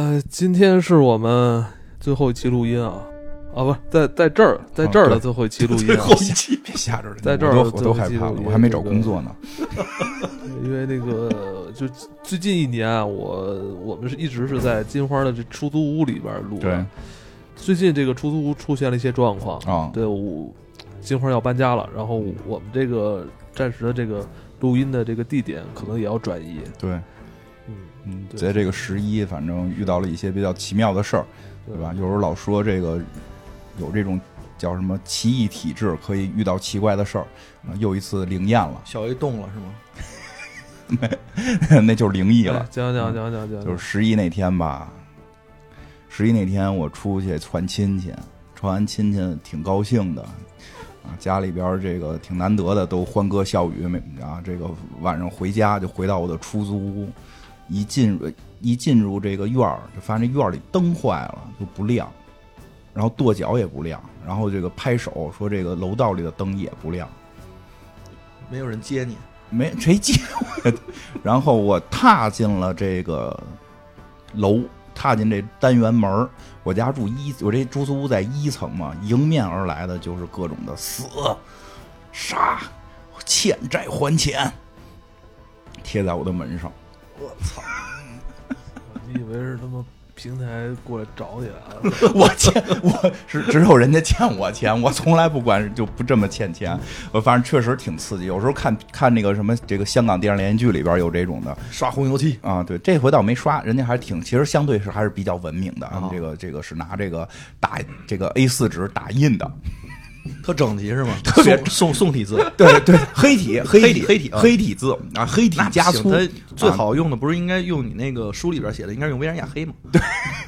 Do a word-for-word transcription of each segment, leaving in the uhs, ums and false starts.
呃，今天是我们最后一期录音啊，啊不，在在这儿，在这儿的最后一期录音、啊， 最后一期别吓着人， 在这儿我都我都害怕了，我还没找工作呢。 因为那个就最近一年啊，我我们是一直是在金花的这出租屋里边录的。 对， 最近这个出租屋出现了一些状况啊、哦，对，我金花要搬家了，然后我们这个暂时的这个录音的这个地点可能也要转移。 对。嗯嗯，在这个十一，反正遇到了一些比较奇妙的事儿，对吧？有时候老说这个有这种叫什么奇异体质，可以遇到奇怪的事儿。又一次灵验了， 小 A 动了是吗？ 没，那就是灵异了。 讲讲讲讲讲， 就是十一那天吧。十一那天我出去串亲戚，串完亲戚挺高兴的。啊，家里边这个挺难得的，都欢歌笑语。啊，这个晚上回家就回到我的出租屋。一进入一进入这个院儿，就发现这院儿里灯坏了，就不亮，然后跺脚也不亮，然后这个拍手说这个楼道里的灯也不亮， 没有人接你， 没谁接我。然后我踏进了这个楼，踏进这单元门，我家住一，我这住宿屋在一层嘛，迎面而来的就是各种的死、杀、欠债还钱，贴在我的门上。 我操！ 你以为是他妈平台过来找你来了？ 我欠我是只有人家欠我钱，我从来不管就不这么欠钱。我反正确实挺刺激，有时候看看那个什么这个香港电视连续剧里边有这种的刷红油漆啊，对，这回倒没刷，人家还挺其实相对是还是比较文明的。哦、这个这个是拿这个打这个 A 四 纸打印的。 特整齐是吗？ 特别宋宋体字， 对对，黑体黑体黑体黑体字啊，黑体加粗。 它最好用的不是应该用你那个书里边写的，应该用维然亚黑吗？ 对，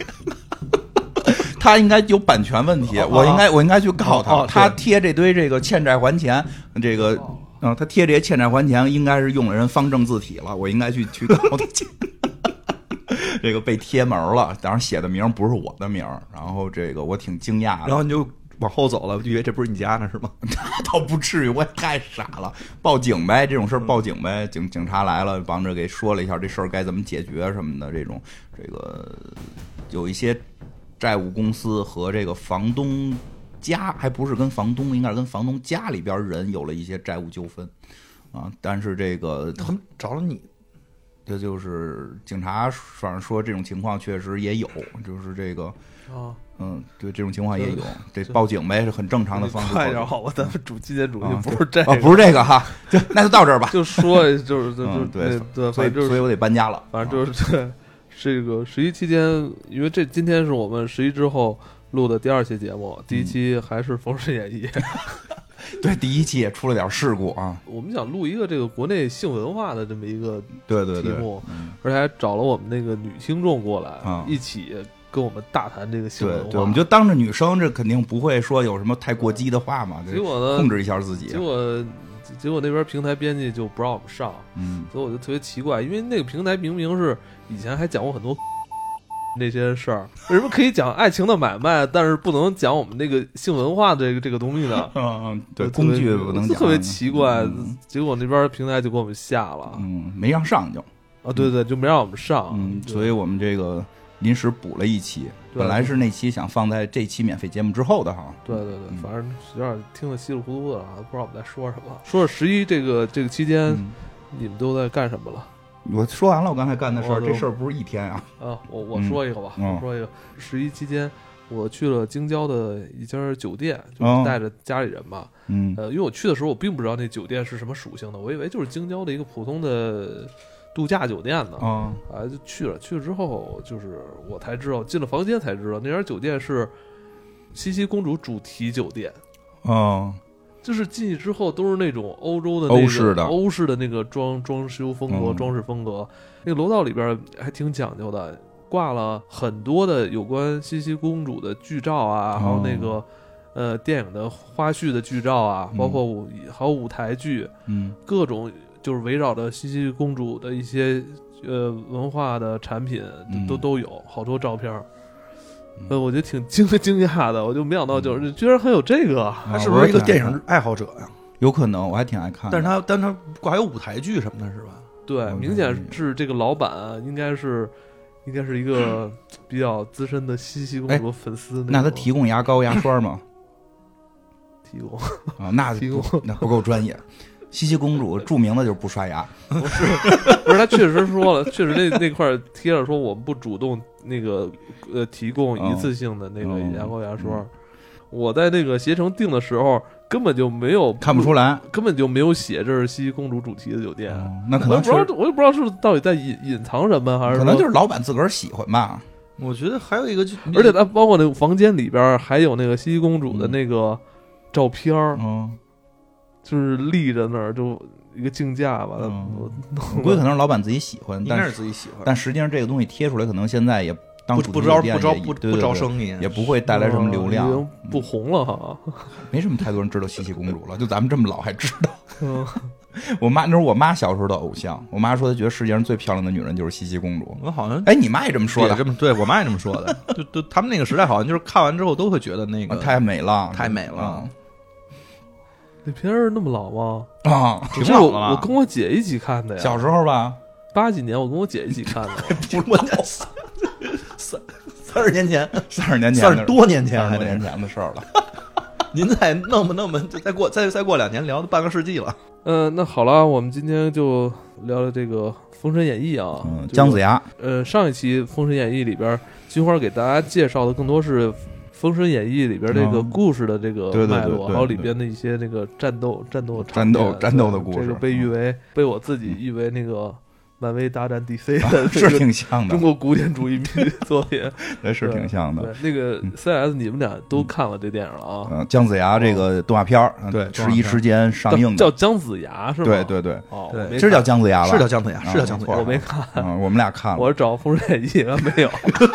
他应该有版权问题，我应该我应该去告他。他贴这堆这个欠债还钱，这个嗯，他贴这些欠债还钱，应该是用了人方正字体了，我应该去去告他。这个被贴门了，当然写的名不是我的名，然后这个我挺惊讶的， 然后你就往后走了，以为这不是你家呢是吗？ 倒不至于，我也太傻了。报警呗，这种事儿报警呗。警警察来了，帮着给说了一下这事儿该怎么解决什么的。这种这个有一些债务公司和这个房东家，还不是跟房东，应该是跟房东家里边人有了一些债务纠纷啊。但是这个他们找了你， 这就是警察反正说这种情况确实也有，就是这个啊。 嗯，对，这种情况也有，这报警呗，是很正常的方式。 快点好吧，咱们主今天主题不是这个， 哦，不是这个哈，就那就到这儿吧。 就说就是就就对对， 所以所以我得搬家了。 反正就是对这个十一期间，因为这今天是我们十一之后录的第二期节目，第一期还是《封神演义》。 对，第一期也出了点事故啊。 我们想录一个这个国内性文化的这么一个对对题目， 嗯、 而且还找了我们那个女听众过来、 嗯、 一起。跟我们大谈这个性文化， 对对，我们就当着女生，这肯定不会说有什么太过激的话嘛。 结果呢， 控制一下自己。 结果，结果那边平台编辑就不让我们上， 嗯， 所以我就特别奇怪，因为那个平台明明是以前还讲过很多那些事儿，为什么可以讲爱情的买卖，但是不能讲我们那个性文化的这个这个东西呢？ 嗯，对，工具不能讲， 特别奇怪。 嗯、 结果那边平台就给我们下了， 嗯，没让上就啊，对对，就没让我们上， 嗯，所以我们这个。临时补了一期，本来是那期想放在这期免费节目之后的哈。 对对对，嗯、反正有点听得稀里糊涂的，不知道我们在说什么。说说十一这个这个期间、嗯，你们都在干什么了？ 我说完了，我刚才干的事儿，这事儿不是一天啊。 啊，我我说一个吧， 嗯、 我说一个。十一期间，我去了京郊的一家酒店，就是带着家里人嘛。 嗯。 呃，因为我去的时候，我并不知道那酒店是什么属性的，我以为就是京郊的一个普通的。度假酒店呢， 啊， 啊，就去了。去了之后，就是我才知道，进了房间才知道，那家酒店是茜茜公主主题酒店。 哦， 就是进去之后都是那种欧洲的、那个、 欧式的、 欧式的那个装装修风格、嗯、装饰风格。那个楼道里边还挺讲究的，挂了很多的有关茜茜公主的剧照啊，还有那个、哦、呃电影的花絮的剧照啊，包括舞、嗯、还有舞台剧， 嗯， 各种。就是围绕着茜茜公主的一些呃文化的产品都、嗯、都有好多照片，呃，我觉得挺惊惊讶的，我就没想到就是、嗯、居然还有这个， 他是不是一个电影爱好者呀？ 有可能，我还挺爱看的。 但是他但是他挂有舞台剧什么的，是吧？ 对，明显是这个老板应该是应该是一个比较资深的西西公主粉丝。 那他提供牙膏牙刷吗？ 提供啊，那提供那不够专业。西西公主著名的就是不刷牙， 不是不是，他确实说了，确实那那块贴着说我们不主动那个呃提供一次性的那个牙膏牙刷。嗯嗯、我在那个携程订的时候根本就没有看不出来， 根本就没有写这是西西公主主题的酒店。 哦、那可能我也不知道，我也不知道是到底在隐隐藏什么，还是可能就是老板自个儿喜欢吧。 我觉得还有一个就， 而且它包括那个房间里边还有那个西西公主的那个照片儿。 嗯。 就是立着那儿，就一个镜架吧。 嗯、我估计可能是老板自己喜欢， 应该是自己喜欢。 但实际上这个东西贴出来，可能现在也当不不招不招不不招生意， 也不会带来什么流量， 哦、不红了哈。 没什么太多人知道西西公主了，就咱们这么老还知道。 嗯、 我妈那是我妈小时候的偶像，我妈说她觉得世界上最漂亮的女人就是西西公主。 我好像哎，你妈也这么说的？ 这么对我妈也这么说的。就就他们那个时代，好像就是看完之后都会觉得那个、 啊、太美了， 太美了。 嗯那片儿那么老吗？ 啊， 挺老的了。我跟我姐一起看的呀。 小时候吧， 八几年我跟我姐一起看的。 我三三三十年前， 三十年前， 三十多年前， 三十多年前的事儿了。 您再弄吧弄吧，再过再再过两年，聊半个世纪了。 嗯、呃，那好了，我们今天就聊聊这个《封神演义》啊。 嗯，姜子牙。 呃，上一期《封神演义》里边，金花给大家介绍的更多是《封神演义》里边这个故事的这个脉络，还有里边的一些那个战斗、战斗、 战斗、战斗的故事。 这个被誉为、嗯、被我自己誉为那个漫威大战 D C 的， 是挺像的中国古典主义作品， 那是挺像的。 那个 C S 你们俩都看了这电影了啊？ 嗯，姜子牙这个动画片儿， 对， 十一时间上映的， 叫姜子牙是吗？ 对对对， 哦， 对， 是叫姜子牙了， 是叫姜子牙，是叫姜子牙， 我没看， 嗯，我们俩看了， 我是找《封神演义》没有。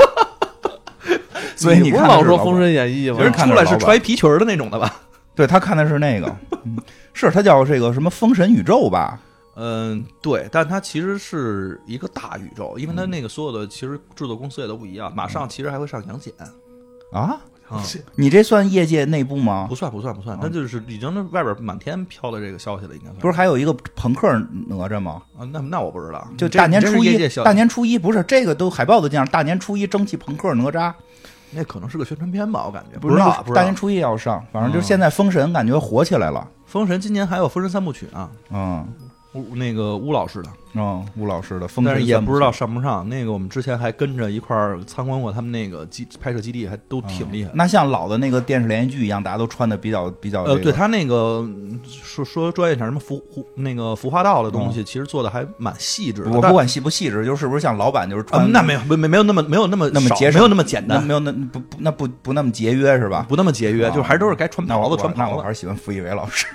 所以你不是老说《封神演义》吗？ 人出来是穿皮裙的那种的吧？ 对，他看的是那个，嗯、是他叫这个什么封神宇宙吧？ 嗯，对，但它其实是一个大宇宙，因为它那个所有的其实制作公司也都不一样，马上其实还会上杨戬啊。 嗯、 你这算业界内部吗？ 不算，不算，不算，那就是已经外边满天飘的这个消息了，应该算。 不是还有一个朋克哪吒吗？ 啊，那那我不知道。 就大年初一，大年初一不是这个都海报都这样，大年初一蒸汽朋克哪吒。 那可能是个宣传片吧，我感觉不知道。大年初一要上，反正就是现在封神感觉火起来了。 封神今年还有封神三部曲啊， 嗯， 乌那个乌老师的， 嗯，乌老师的封神， 但是也不知道上不上。那个我们之前还跟着一块儿参观过他们那个基拍摄基地，还都挺厉害、 嗯。那像老的那个电视连续剧一样，大家都穿的比较比较、这个。 呃，对他那个说说专业点，什么服那个服化道的东西，嗯、其实做的还蛮细致的。 我不管细不细致，就是不是像老板就是穿、 呃、那没有没没有那么没有那么那么节没有那么简单， 没有那不不那不不那么节约是吧？ 不那么节约， 哦、 就还是都是该穿袍子穿袍子。 那我还是喜欢傅艺伟老师。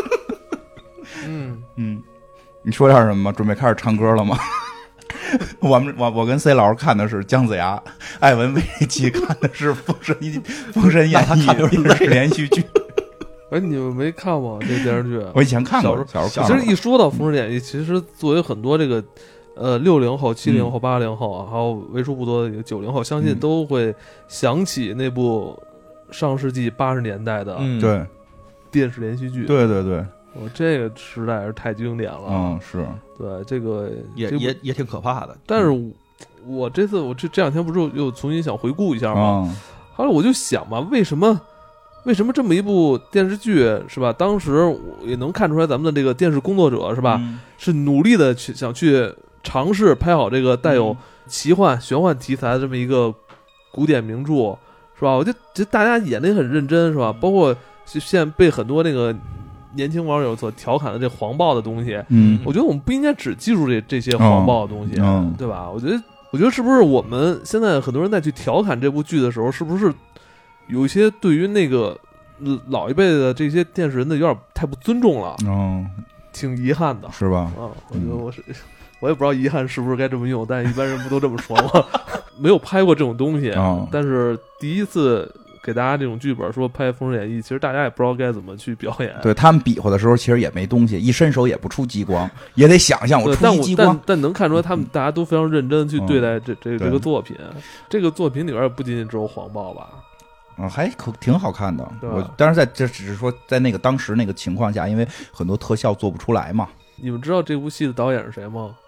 嗯嗯。你说点什么？准备开始唱歌了吗？我们我我跟 C 老师看的是姜子牙，艾文维奇看的是封神封神演义电视连续剧。 哎，你们没看过这电视剧？ 我以前看过， 小时候。 其实一说到封神演义，其实作为很多这个呃六零后、七零后、八零后啊，还有为数不多的九零后，相信都会想起那部上世纪八十年代的对电视连续剧。 对对对。 我、哦、这个实在是太经典了， 嗯，是对这个也也也挺可怕的。 但是我，我这次我这这两天不是又重新想回顾一下吗？ 嗯、 后来我就想嘛，为什么为什么这么一部电视剧是吧？当时也能看出来咱们的这个电视工作者是吧， 嗯、 是努力的去想去尝试拍好这个带有奇幻、玄幻题材的这么一个古典名著是吧？我觉得这大家演的也很认真是吧？包括现在被很多那个。年轻网友所调侃的这黄暴的东西， 嗯， 我觉得我们不应该只记住这这些黄暴的东西， 嗯、 对吧？我觉得，我觉得是不是我们现在很多人在去调侃这部剧的时候，是不是有一些对于那个老一辈的这些电视人的有点太不尊重了？ 嗯， 挺遗憾的， 是吧？ 啊，我觉得我是，嗯、我也不知道遗憾是不是该这么用，但一般人不都这么说吗？没有拍过这种东西， 嗯、 但是第一次。给大家这种剧本说拍《封神演义》，其实大家也不知道该怎么去表演。 对他们比划的时候，其实也没东西，一伸手也不出激光，也得想象我出一激光。 但, 但能看出来，他们大家都非常认真去对待这、嗯、这这个作品。这个作品里边不仅仅只有黄暴吧？ 嗯，还可挺好看的。我当然在这只是说在那个当时那个情况下，因为很多特效做不出来嘛。 你们知道这部戏的导演是谁吗？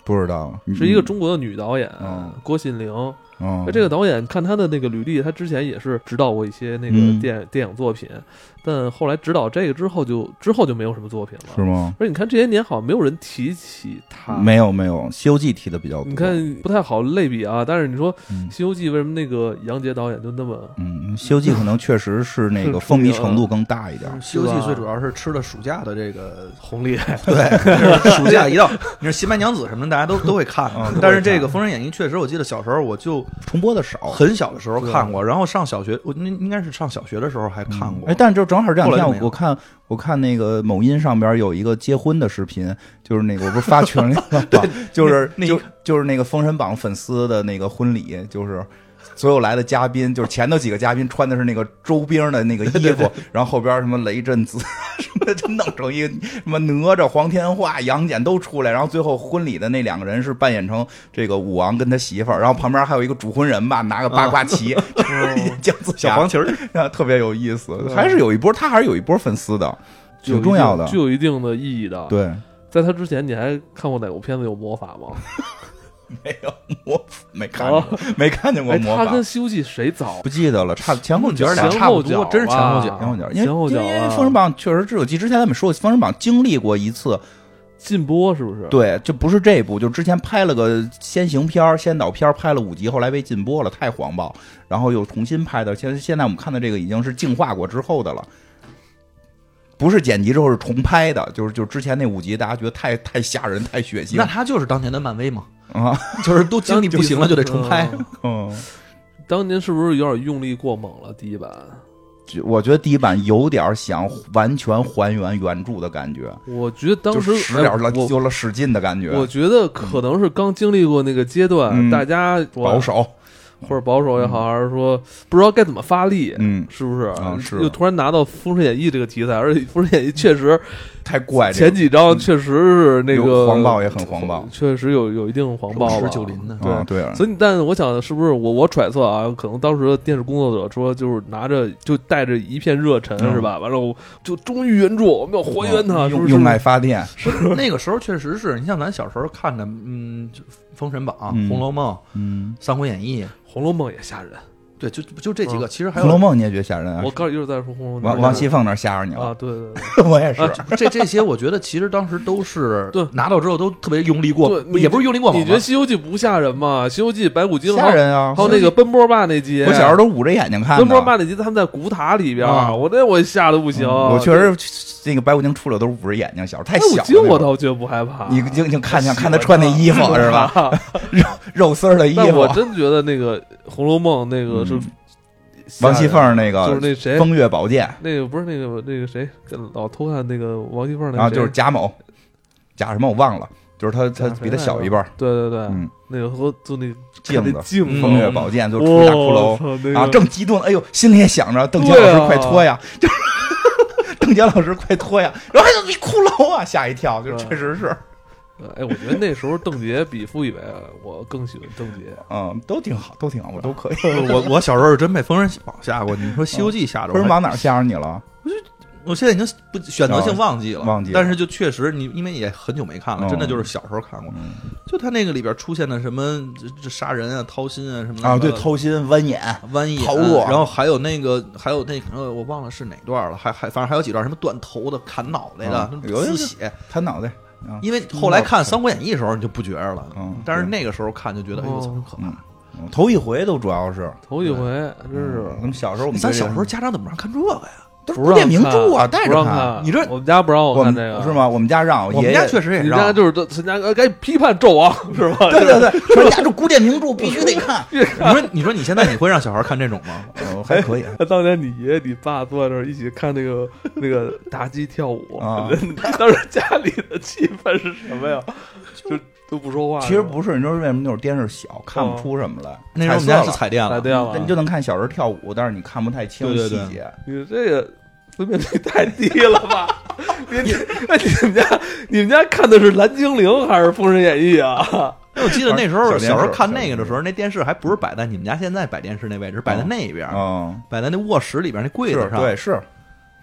不知道， 是一个中国的女导演， 嗯、 郭信玲。 哦， 这个导演看他的那个履历，他之前也是指导过一些那个电、嗯、电影作品，但后来指导这个之后就之后就没有什么作品了， 是吗？ 而且你看这些年好像没有人提起他， 没有没有，《西游记》提的比较多。 你看不太好类比啊，但是你说《西游记》为什么那个杨洁导演就那么…… 嗯，《西游记》可能确实是那个风靡程度更大一点， 《西游记》最主要是吃了暑假的这个红利， 对，暑假一到，你说《新白娘子》什么的，大家都都会看，嗯、但是这个《封神演义》确实，我记得小时候我就重播的少。 很小的时候看过，然后上小学，我应该是上小学的时候还看过。 哎、嗯，但就正好这两天我我看我看那个某音上边有一个结婚的视频，就是那个我不是发群里了对，就是就就是那个《封神榜》粉丝的那个婚礼，就是所有来的嘉宾，就是前头几个嘉宾穿的是那个周兵的那个衣服， 对对对， 然后后边什么雷震子什么的就弄成一个什么哪吒、黄天化、杨戬都出来，然后最后婚礼的那两个人是扮演成这个武王跟他媳妇儿，然后旁边还有一个主婚人吧，拿个八卦旗，啊、就是姜子小黄旗儿， 特别有意思，还是有一波，他还是有一波粉丝的，挺重要的， 具有一定的意义的。 对， 在他之前，你还看过哪部片子有魔法吗？ 没有魔，没看见过，哦、没看见过魔法。 哎、他跟《西游记》谁早？ 不记得了，差前后脚俩差不多， 真是前后脚， 前后脚。因为因为《封神榜》确实是我记之前咱们说，《封神榜》经历过一次禁播，是不是？ 对，就不是这部，就之前拍了个先行片、先导片，拍了五集，后来被禁播了，太黄暴，然后又重新拍的。现在现在我们看的这个已经是净化过之后的了。不是剪辑之后是重拍的，就是就之前那五集大家觉得太太吓人、太血腥。 那他就是当年的漫威嘛， 啊， 就是都经历不行了就得重拍。 嗯， 当年是不是有点用力过猛了？第一版， 我觉得第一版有点想完全还原原著的感觉。 我觉得当时使点了，有了使劲的感觉。 我觉得可能是刚经历过那个阶段， 嗯、 大家保守。 或者保守也好，还是说不知道该怎么发力， 嗯， 是不是？ 啊，是。 又突然拿到《封神演义》这个题材，而且《封神演义》确实太怪， 前几章确实是那个黄暴也很黄暴， 确实有有一定黄暴吧。 九零的， 对、 啊、对、啊。 所以，但是我想，是不是我我揣测啊？可能当时的电视工作者说，就是拿着就带着一片热忱， 嗯、 是吧？完了，我就忠于原著，我们要还原它， 嗯、 是不是？ 用爱发电。 是那个时候确实是你像咱小时候看的，嗯，《封神榜》 嗯 《红楼梦》 嗯， 《三国演义》。 《红楼梦》也吓人， 对，就就这几个， 嗯、 其实还有 《红楼梦》你也觉得吓人啊？ 我刚一会儿再说《红楼梦》， 王王熙凤那吓着你了啊？对对对，我也是。 啊、 这这些，我觉得其实当时都是对拿到之后都特别用力过， 对， 也不是用力过猛。 你觉得《西游记》不吓人吗？《西游记》白骨精吓人啊！ 还有那个奔波霸那集， 我小时候都捂着眼睛看的。 奔波霸那集，他们在古塔里边， 啊、 我那我吓得不行。 嗯、我确实，这个白骨精出来都是捂着眼睛，小时候太小了。 白骨精我倒觉得不害怕， 你就就看见看他穿那衣服是吧？肉肉丝的衣服。 我真觉得那个《红楼梦》那个是。 嗯王熙凤那个就是那谁风月宝剑， 那个不是那个那个谁老偷看那个王熙凤那个啊，就是贾某，贾什么我忘了，就是他他比他小一辈， 对对对， 嗯， 那个和就那个镜子镜子风月宝剑就出大骷髅啊，正激动，哎呦，心里也想着邓婕老师快脱呀，就邓婕老师快脱呀，然后还有一骷髅啊，吓一跳，就确实是。 哎，我觉得那时候邓婕比傅艺伟，我更喜欢邓婕。 嗯，都挺好，都挺好，我都可以。 我我小时候是真被《封神榜》吓过，你说《西游记》吓着我， 《封神榜》哪吓着你了？ 我就我现在已经不选择性忘记了， 忘记。 但是就确实你因为也很久没看了，真的就是小时候看过。就他那个里边出现的什么这杀人啊、掏心啊什么的啊，对，掏心、剜眼、 剜眼、 逃落， 然后还有那个还有那个我忘了是哪段了，还还反正还有几段什么断头的、砍脑袋的、滋血、 砍脑袋。 因为后来看《三国演义》的时候你就不觉着了， 嗯， 但是那个时候看就觉得哎呦怎么可怕， 头一回都主要是头一回，真是我们小时候， 咱小时候家长怎么让看这个呀？ 都是古典名著啊，带着看。 你这我们家不让我看这个是吗？我们家让， 我们家确实也让。 你家就是咱家该批判纣王是吧？ 对对对，说人家这古典名著必须得看。 你说你说你现在你会让小孩看这种吗？ 哦，还可以。 当年你爷爷你爸坐在这儿一起看那个那个妲己跳舞啊， 当时家里的气氛是什么呀？就都不说话。 其实不是，你知道为什么那会儿电视小，看不出什么来？ 那时候我们家是彩电了， 彩电了， 你就能看小人跳舞，但是你看不太清细节。 你这个。分辨率太低了吧？你你你们家你们家看的是蓝精灵还是《封神演义》啊？ 我记得那时候小时候看那个的时候，那电视还不是摆在你们家现在摆电视那位置，摆在那边， 嗯， 摆在那卧室里边那柜子上。 对，是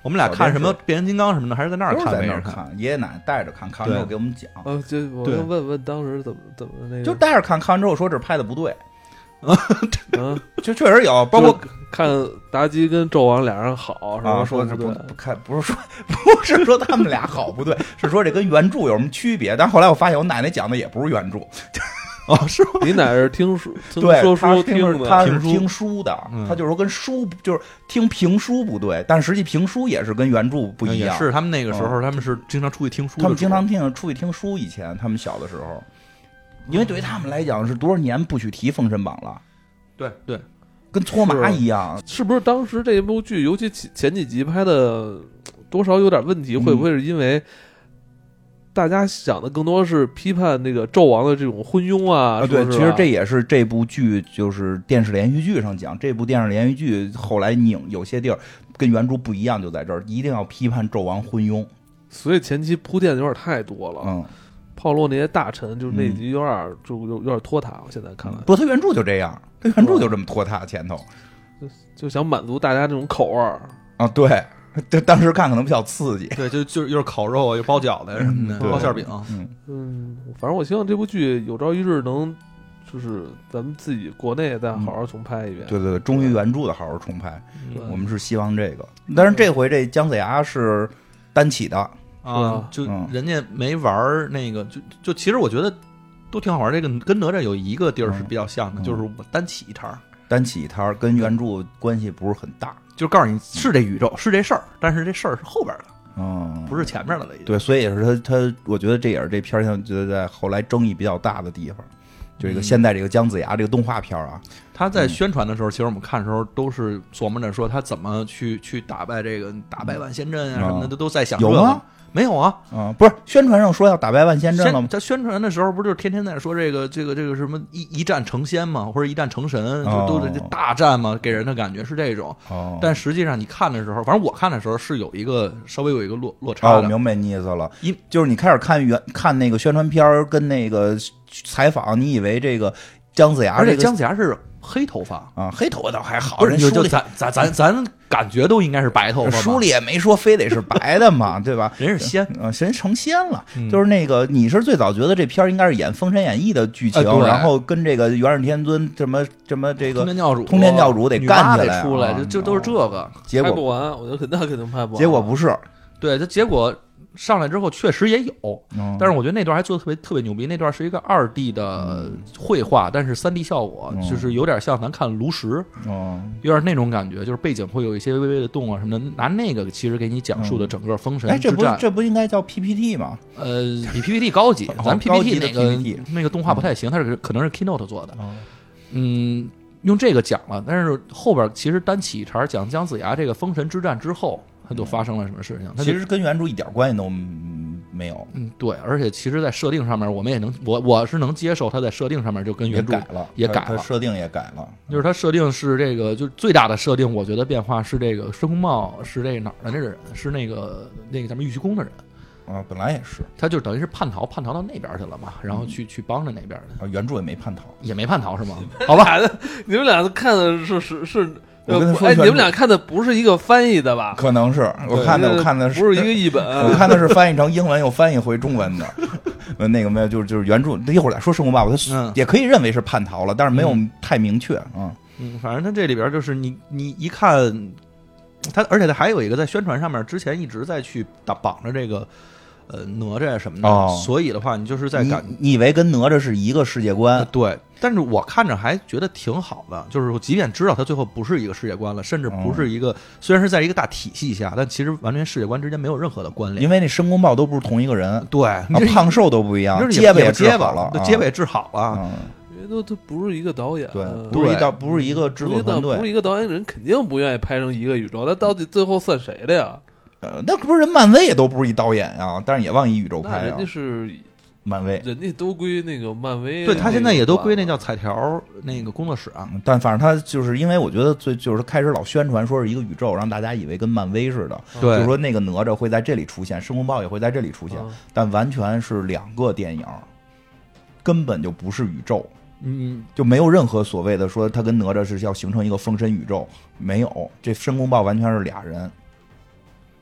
我们俩看什么变形金刚什么的，还是在那儿看， 在那儿看，爷爷奶奶带着看，看完之后给我们讲。 呃，就我就问问当时怎么怎么那个， 就带着看，看完之后说这拍的不对。 嗯， 就确实有，包括看妲己跟纣王俩人好， 啊，说是不不看，不是说不是说他们俩好不对，是说这跟原著有什么区别？但后来我发现我奶奶讲的也不是原著。 哦，是吗？ 你奶是听书， 对， 说书听的，他是听书的，他就是说跟书就是听评书不对，但实际评书也是跟原著不一样。 是他们那个时候，他们是经常出去听书， 他们经常听出去听书。以前他们小的时候，因为对于他们来讲是多少年不许提《封神榜》了。 对对， 跟搓麻一样。 是不是当时这部剧，尤其前几集拍的多少有点问题？会不会是因为？大家想的更多是批判那个纣王的这种昏庸啊， 啊对，其实这也是这部剧就是电视连续剧上讲，这部电视连续剧后来拧有些地儿跟原著不一样，就在这儿一定要批判纣王昏庸， 所以前期铺垫有点太多了。 嗯， 炮烙那些大臣，就是那集有点、嗯、就有有点拖沓，我现在看来。 不过他原著就这样，他原著就这么拖沓前头， 就就想满足大家这种口味儿啊，对。这当时看可能比较刺激， 对，就就又是烤肉，又包饺子什么的，包馅饼， 嗯嗯，反正我希望这部剧有朝一日能，就是咱们自己国内再好好重拍一遍。 嗯、对对对，忠于原著的好好重拍，我们是希望这个。但是这回这姜子牙是单起的啊，就人家没玩那个，就就其实我觉得都挺好玩。这个跟哪吒有一个地儿是比较像的， 嗯、 就是我单起一摊， 单起一摊跟原著关系不是很大。 就告诉你是这宇宙是这事儿，但是这事儿是后边的， 嗯， 不是前面的了。 对，所以也是他他，我觉得这也是这片儿上觉得在后来争议比较大的地方，就这个现在这个姜子牙这个动画片啊， 他在宣传的时候，其实我们看的时候都是琢磨着说他怎么去去打败这个打败万仙阵啊什么的，都都在想。 有吗？ 没有啊， 啊，不是宣传上说要打败万仙阵了吗？ 他宣传的时候不就是天天在说这个这个这个什么一一战成仙嘛，或者一战成神，就都是大战嘛，给人的感觉是这种。 哦， 但实际上你看的时候，反正我看的时候是有一个稍微有一个落落差的。 哦，明白你意思了，因就是你开始看原看那个宣传片跟那个采访，你以为这个姜子牙、这个， 而且姜子牙是黑头发啊，黑头发倒还好， 人就咱咱咱咱感觉都应该是白头发， 书里也没说非得是白的嘛，对吧？ 人是仙， 嗯，人成仙了。嗯、就是那个，你是最早觉得这片应该是演《封神演义》的剧情， 呃、 然后跟这个元始天尊什么什么这个通天教主， 通天教主得干起来， 出来， 啊、 就就都是这个。 结果拍不完，我觉得肯定肯定拍不完。 结果不是， 对，这结果。上来之后确实也有， 嗯、 但是我觉得那段还做的特别特别牛逼。那段是一个二 D 的绘画，嗯、但是三 D 效果，嗯、就是有点像咱看炉石， 嗯、 有点那种感觉，就是背景会有一些微微的动啊什么的。拿那个其实给你讲述的整个封神之战， 哎，这不这不应该叫 P P T 吗？ 呃，比 P P T 高级，咱 P P T 那个 P P T 那个动画不太行，它是可能是 Keynote 做的，嗯，用这个讲了，但是后边其实单起一茬讲姜子牙这个封神之战之后。它都发生了什么事情？它其实跟原著一点关系都没有。 嗯，对，而且其实，在设定上面，我们也能，我我是能接受它在设定上面就跟原著也改了， 也改了， 设定也改了。 就是它设定是这个，就最大的设定，我觉得变化是这个申公豹是这个哪儿的那人，是那个那个咱们玉虚宫的人。 啊，本来也是， 他就等于是叛逃，叛逃到那边去了嘛，然后去、嗯、去帮着那边的。 啊，原著也没叛逃， 也没叛逃是吗？好吧， 你们俩看的是是是。 我跟他说， 哎，你们俩看的不是一个翻译的吧？ 可能是我看的，我看的是不是一个译本， 我看的是翻译成英文又翻译回中文的。那个没有，就是就是原著。一会儿再说申公豹，他也可以认为是叛逃了，但是没有太明确。嗯嗯，反正他这里边就是你你一看，他而且他还有一个在宣传上面之前一直在去绑绑着这个。呃，哪吒什么的， 哦、 所以的话，你就是在感你，你以为跟哪吒是一个世界观、 呃？对，但是我看着还觉得挺好的，就是我即便知道它最后不是一个世界观了，甚至不是一个，哦、虽然是在一个大体系下，但其实完全世界观之间没有任何的关联。 因为那申公豹都不是同一个人， 对， 啊、胖瘦都不一样， 结巴也治好了， 结巴也治好了。 嗯因为都都不是一个导演， 对，不是一导，不是一个制作团队， 不是一个导演人，肯定不愿意拍成一个宇宙。那到底最后算谁的呀？ 呃，那不是人漫威也都不是一导演啊，但是也往一宇宙拍啊。 人家是漫威， 人家都归那个漫威。 对他现在也都归那叫彩条那个工作室啊。 但反正他就是因为我觉得最就是开始老宣传说是一个宇宙，让大家以为跟漫威似的， 对， 就是说那个哪吒会在这里出现，申公豹也会在这里出现， 嗯、 但完全是两个电影，根本就不是宇宙。 嗯， 就没有任何所谓的说他跟哪吒是要形成一个封神宇宙，没有，这申公豹完全是俩人。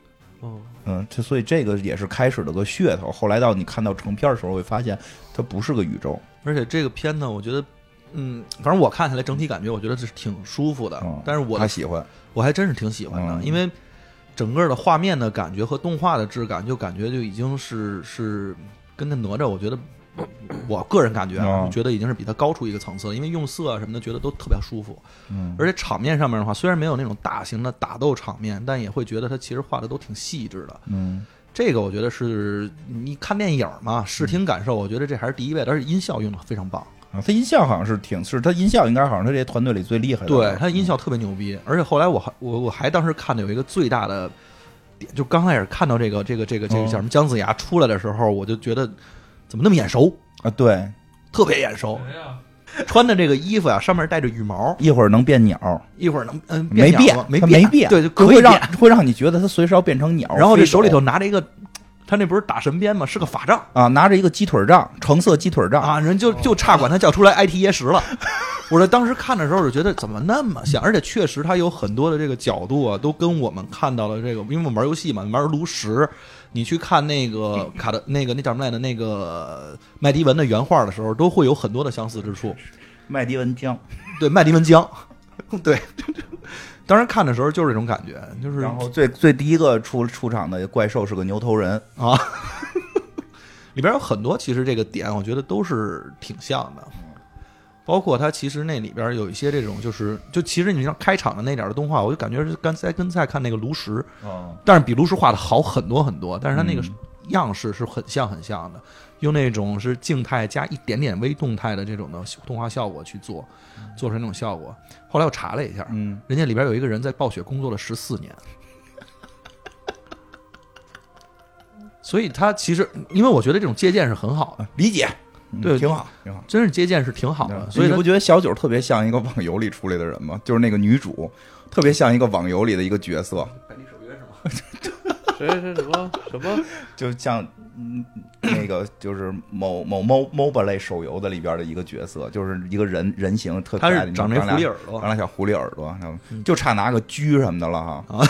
嗯嗯，这所以这个也是开始了个噱头。后来到你看到成片的时候，会发现它不是个宇宙。 而且这个片呢，我觉得，嗯，反正我看起来整体感觉，我觉得是挺舒服的。 嗯、 但是我他喜欢， 我还真是挺喜欢的， 嗯、 因为整个的画面的感觉和动画的质感，就感觉就已经是是跟那哪吒，我觉得我个人感觉啊， 嗯、 觉得已经是比它高出一个层次了。因为用色啊什么的，觉得都特别舒服。 嗯， 而且场面上面的话，虽然没有那种大型的打斗场面，但也会觉得它其实画的都挺细致的。 嗯。 这个我觉得是你看电影嘛，视听感受，我觉得这还是第一位的，而且音效用的非常棒啊。他音效好像是挺，是他音效应该好像是这些团队里最厉害的。 对，他音效特别牛逼，而且后来我还我我还当时看的有一个最大的点，就刚开始看到这个这个这个这个叫什么姜子牙出来的时候，我就觉得怎么那么眼熟啊？对， 特别眼熟。穿的这个衣服呀、啊，上面带着羽毛， 一会儿能变鸟， 一会儿能嗯没变， 没变，没变， 对，就会让会让你觉得他随时要变成鸟。 然后这手里头拿着一个，他那不是打神鞭吗？是个法杖啊，拿着一个鸡腿杖，橙色鸡腿杖啊，人就就差管他叫出来 I T 耶识了。我这当时看的时候就觉得怎么那么像，而且确实他有很多的这个角度啊，都跟我们看到了这个，因为我们玩游戏嘛，玩炉石。你去看那个卡的那个那叫什么来的那个麦迪文的原画的时候，都会有很多的相似之处。 麦迪文江， 对，麦迪文江，对。当时看的时候就是这种感觉，就是。 然后最最第一个出出场的怪兽是个牛头人啊，里边有很多其实这个点，我觉得都是挺像的。包括它其实那里边有一些这种，就是就其实你像开场的那点的动画，我就感觉是刚才跟在看那个炉石， 哦， 但是比炉石画的好很多很多，但是它那个样式是很像很像的，用那种是静态加一点点微动态的这种的动画效果去做，做成那种效果。后来我查了一下， 嗯， 人家里边有一个人在暴雪工作了十四年，所以他其实因为我觉得这种借鉴是很好的， 理解。 对， 挺好，挺好， 真是接见是挺好的。所以你不觉得小九特别像一个网游里出来的人吗？就是那个女主，特别像一个网游里的一个角色。 百里守约是吗？谁谁什么什么？ 就像嗯，那个就是某某某 M O B A 类手游的里边的一个角色，就是一个人人形特可爱的， 他是长那狐狸耳朵， 长俩小狐狸耳朵，就差拿个狙什么的了哈。啊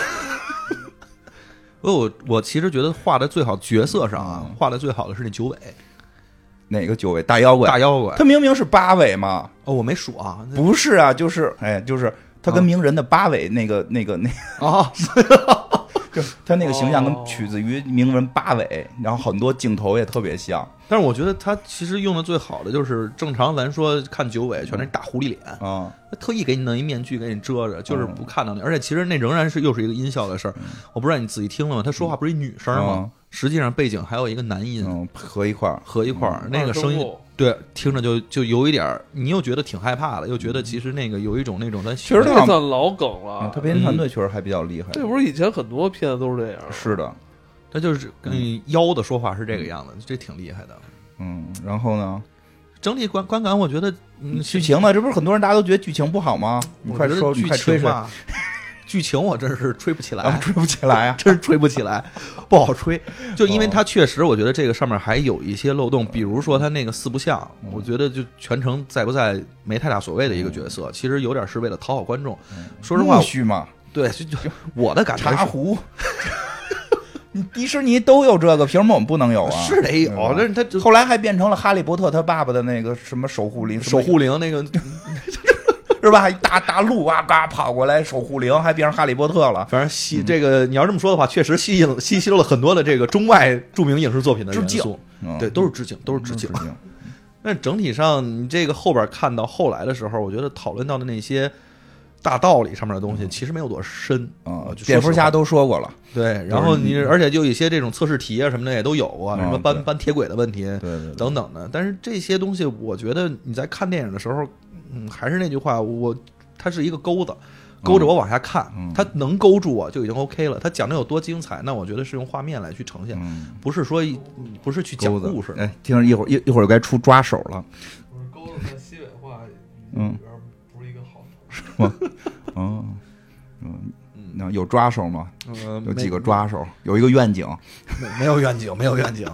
我我其实觉得画的最好角色上啊，画的最好的是那九尾。 哪个九尾大妖怪？ 大妖怪， 他明明是八尾嘛。 哦，我没数啊。 不是啊，就是哎，就是他跟鸣人的八尾那个、啊、那个那啊， 就他那个形象跟取自于鸣人八尾，然后很多镜头也特别像。 但是我觉得他其实用的最好的就是正常咱说看九尾全是大狐狸脸啊， 他特意给你弄一面具给你遮着，就是不看到你。而且其实那仍然是又是一个音效的事儿。我不知道你仔细听了吗？他说话不是一女声吗？实际上背景还有一个男音， 嗯，合一块儿， 合一块儿，那个声音，对，听着就就有一点，你又觉得挺害怕的，又觉得其实那个有一种那种咱确实太算老梗了。 他配音团队确实还比较厉害。 这不是以前很多片子都是这样。 是的， 他就是跟妖的说话是这个样子，这挺厉害的。 嗯，然后呢， 整体观观感，我觉得，嗯， 剧情呢，这不是很多人大家都觉得剧情不好吗？你快说， 剧情吧。剧情我真是吹不起来， 啊、吹不起来啊， 真是吹不起来，不好吹。就因为它确实，我觉得这个上面还有一些漏洞，比如说它那个四不像， 嗯、 我觉得就全程在不在没太大所谓的一个角色，嗯、其实有点是为了讨好观众。 嗯、 说实话， 虚嘛， 对，就就我的感觉， 茶壶。你迪士尼都有这个，凭什么我们不能有啊？ 是得有，但是他后来还变成了哈利波特他爸爸的那个什么守护灵， 守护灵那个。 是吧？一大大鹿啊，嘎跑过来守护灵，还变成哈利波特了。 反正吸这个，你要这么说的话，确实吸引吸吸收了很多的这个中外著名影视作品的元素。 嗯、 对，都是致敬，都是致敬。 嗯、 但整体上，你这个后边看到后来的时候，我觉得讨论到的那些大道理上面的东西，其实没有多深啊。蝙蝠侠都说过了， 对。然后你，而且就有一些这种测试题啊什么的也都有啊，什么搬搬铁轨的问题， 对对等等的。但是这些东西，我觉得你在看电影的时候。嗯，还是那句话，我它是一个钩子，勾着我往下看， 嗯、 它能勾住我就已经 OK 了。它讲的有多精彩，那我觉得是用画面来去呈现， 嗯、 不是说不是去讲故事。 哎，听着一会儿一一会儿该出抓手了。 不是钩子和西北话， 嗯， 不是一个好是吗？哦，嗯。那有抓手吗？ 呃， 有几个抓手，有一个愿景， 没没有愿景，没有愿景。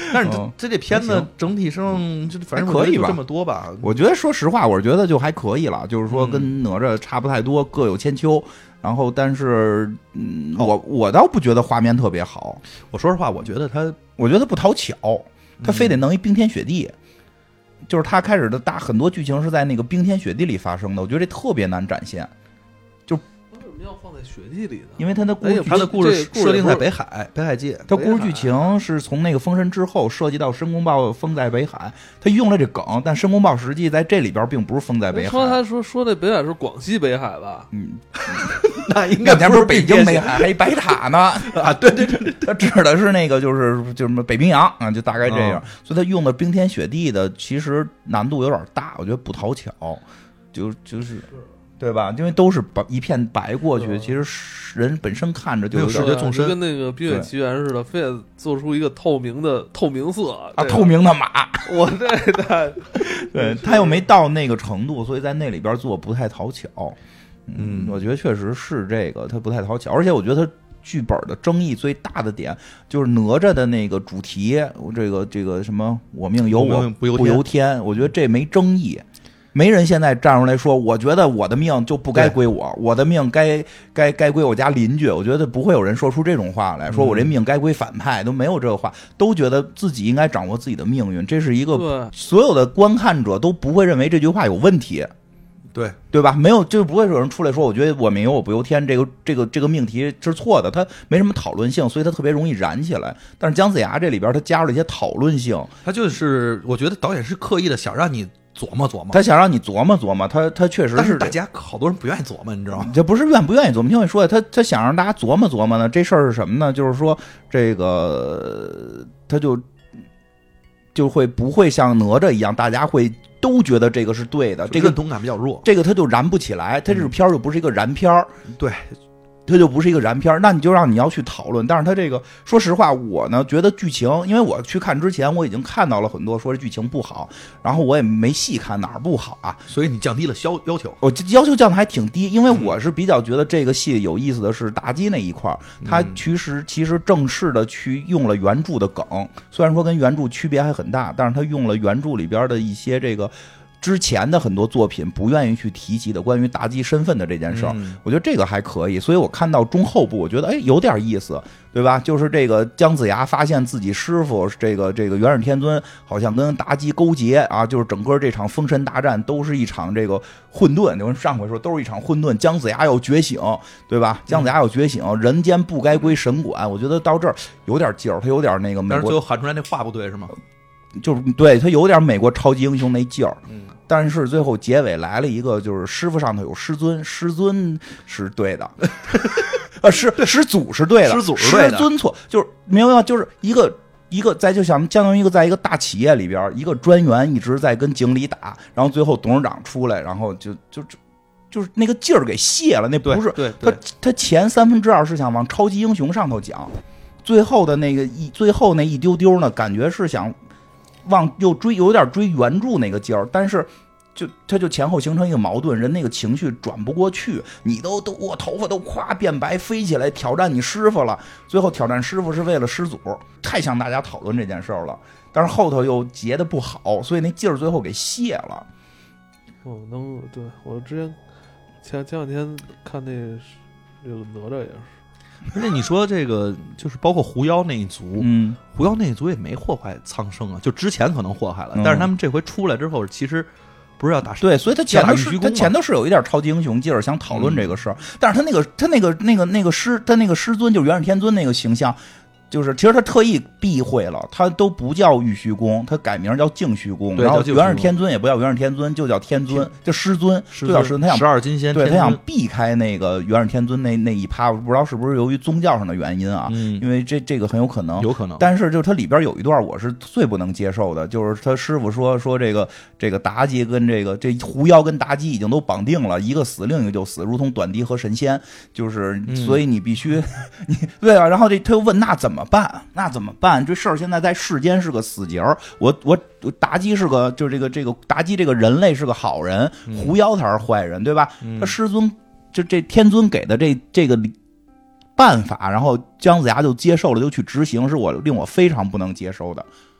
但是这、 嗯、 这这片子整体上就反正可以吧， 就这么多吧。 我觉得说实话，我觉得就还可以了，就是说跟哪吒差不太多，各有千秋。然后，但是，嗯，我我倒不觉得画面特别好。 我说实话，我觉得他， 我觉得不讨巧，他非得弄一冰天雪地。嗯、就是他开始的大很多剧情是在那个冰天雪地里发生的，我觉得这特别难展现。就为什么要放在雪地里呢？ 因为他的故事， 他的故事设定在北海，北海界。 他故事剧情是从那个封神之后涉及到申公豹封在北海，他用了这梗，但申公豹实际在这里边并不是封在北海。 说他说说那北海是广西北海吧？ 嗯， 那应该不是北京北海，还白塔呢啊！对对对， 他指的是那个就是就是北冰洋啊，就大概这样。哦、所以他用的冰天雪地的，其实难度有点大，我觉得不讨巧，就就是。对吧？因为都是白一片白过去，其实人本身看着就有视觉纵深， 跟那个《冰雪奇缘》似的，非得做出一个透明的透明色啊，透明的马。 我这太对他又没到那个程度，所以在那里边做不太讨巧。嗯，我觉得确实是这个，他不太讨巧，而且我觉得他剧本的争议最大的点就是哪吒的那个主题，这个这个什么“我命由我不由不由天”，我觉得这没争议。没人现在站出来说，我觉得我的命就不该归我，我的命该该该归我家邻居。我觉得不会有人说出这种话来，说我这命该归反派，都没有这个话，都觉得自己应该掌握自己的命运。这是一个所有的观看者都不会认为这句话有问题， 对对吧？没有，就不会有人出来说，我觉得我命由我不由天，这个这个这个命题是错的，它没什么讨论性，所以它特别容易燃起来。但是姜子牙这里边他加入了一些讨论性， 他就是我觉得导演是刻意的想让你琢磨琢磨， 他想让你琢磨琢磨，他他确实是， 但是大家好多人不愿意琢磨，你知道吗？ 这不是愿不愿意琢磨，听我说的，他他想让大家琢磨琢磨呢。这事儿是什么呢？就是说这个他就就会不会像哪吒一样，大家会都觉得这个是对的，这个认同感比较弱， 这个他就燃不起来，他这个片儿就不是一个燃片儿， 嗯、对。 它就不是一个燃片，那你就让你要去讨论。但是它这个，说实话，我呢觉得剧情，因为我去看之前，我已经看到了很多说这剧情不好，然后我也没细看哪儿不好啊， 所以你降低了要要求。 我要求降的还挺低，因为我是比较觉得这个戏有意思的是妲己那一块，它其实其实正式的去用了原著的梗，虽然说跟原著区别还很大，但是它用了原著里边的一些这个。之前的很多作品不愿意去提及的关于妲己身份的这件事儿、嗯，我觉得这个还可以，所以我看到中后部，我觉得哎有点意思，对吧？就是这个姜子牙发现自己师傅这个这个元始天尊好像跟妲己勾结啊，就是整个这场封神大战都是一场这个混沌，就是上回说都是一场混沌，姜子牙要觉醒，对吧？姜子牙要觉醒，嗯、人间不该归神管，我觉得到这儿有点劲儿，他有点那个美国， 但是最后喊出来那话不对是吗？ 就是对他有点美国超级英雄那劲儿， 嗯， 但是最后结尾来了一个，就是师傅上头有师尊，师尊是对的，呃，师师祖是对的， 师祖是对的， 师尊错，就是明白吗？就是一个一个在就想相当于一个在一个大企业里边，一个专员一直在跟经理打，然后最后董事长出来，然后就就就是那个劲儿给泄了，那不是对对他他前三分之二是想往超级英雄上头讲，最后的那个一最后那一丢丢呢，感觉是想。往又追有点追原著那个劲儿，但是就他就前后形成一个矛盾，人那个情绪转不过去，你都都我头发都夸变白飞起来挑战你师傅了，最后挑战师傅是为了师祖，太向大家讨论这件事儿了，但是后头又结的不好，所以那劲儿最后给泄了。 我能对我之前前前两天看那这个哪吒也是。 而且你说这个就是包括狐妖那一族， 嗯， 狐妖那一族也没祸害苍生啊，就之前可能祸害了，嗯、但是他们这回出来之后，其实不是要打对，所以他前头是他前头是有一点超级英雄劲儿，想讨论这个事儿、嗯，但是他那个他那个那个那个师他那个师尊就是元始天尊那个形象。就是其实他特意避讳了，他都不叫玉虚宫，他改名叫净虚宫，然后元始天尊也不叫元始天尊，就叫天尊，就师尊，就叫师尊。他想十二金仙， 对他想避开那个元始天尊那那一趴，不知道是不是由于宗教上的原因啊？ 嗯， 因为这这个很有可能， 有可能。 但是就是它里边有一段我是最不能接受的，就是他师傅说说这个这个妲己跟这个这狐妖跟妲己已经都绑定了，一个死另一个就死，如同短笛和神仙，就是所以你必须、嗯、你对啊，然后这他又问那怎么办？那怎么？怎么办？这事儿现在在世间是个死结儿。我我妲己是个，就是这个这个妲己这个人类是个好人，狐妖才是坏人，对吧？ 嗯、 他师尊就这天尊给的这这个办法，然后姜子牙就接受了，就去执行，是我令我非常不能接受的。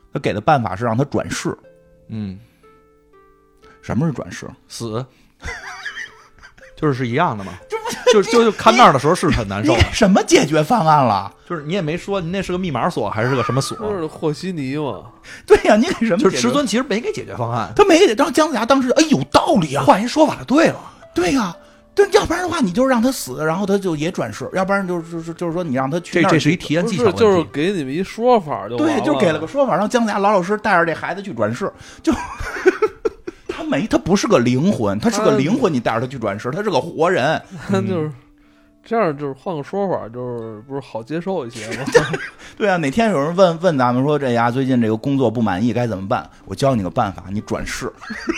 他给的办法是让他转世。 嗯， 什么是转世？ 死，就是是一样的嘛。就就就看那儿的时候是很难受你。什么解决方案了？ 就是你也没说你那是个密码锁还是个什么锁， 就是和稀泥嘛。 对呀、啊，你给什么？ 就是师尊其实没给解决方案， 他没给。当姜子牙当时，哎，有道理啊， 换一说法就对了。 对呀、啊。对，要不然的话，你就让他死，然后他就也转世；要不然就是就是就是说，你让他去这那儿。 这是一提炼技巧问题， 就是给你们一说法就完了。 对，就给了个说法，让姜子牙老老实实带着这孩子去转世。就他没，他不是个灵魂，他是个灵魂，你带着他去转世，他是个活人。 他就是这样，就是换个说法，就是不是好接受一些吗？ 对啊，哪天有人问问咱们说这呀，最近这个工作不满意该怎么办？我教你个办法，你转世。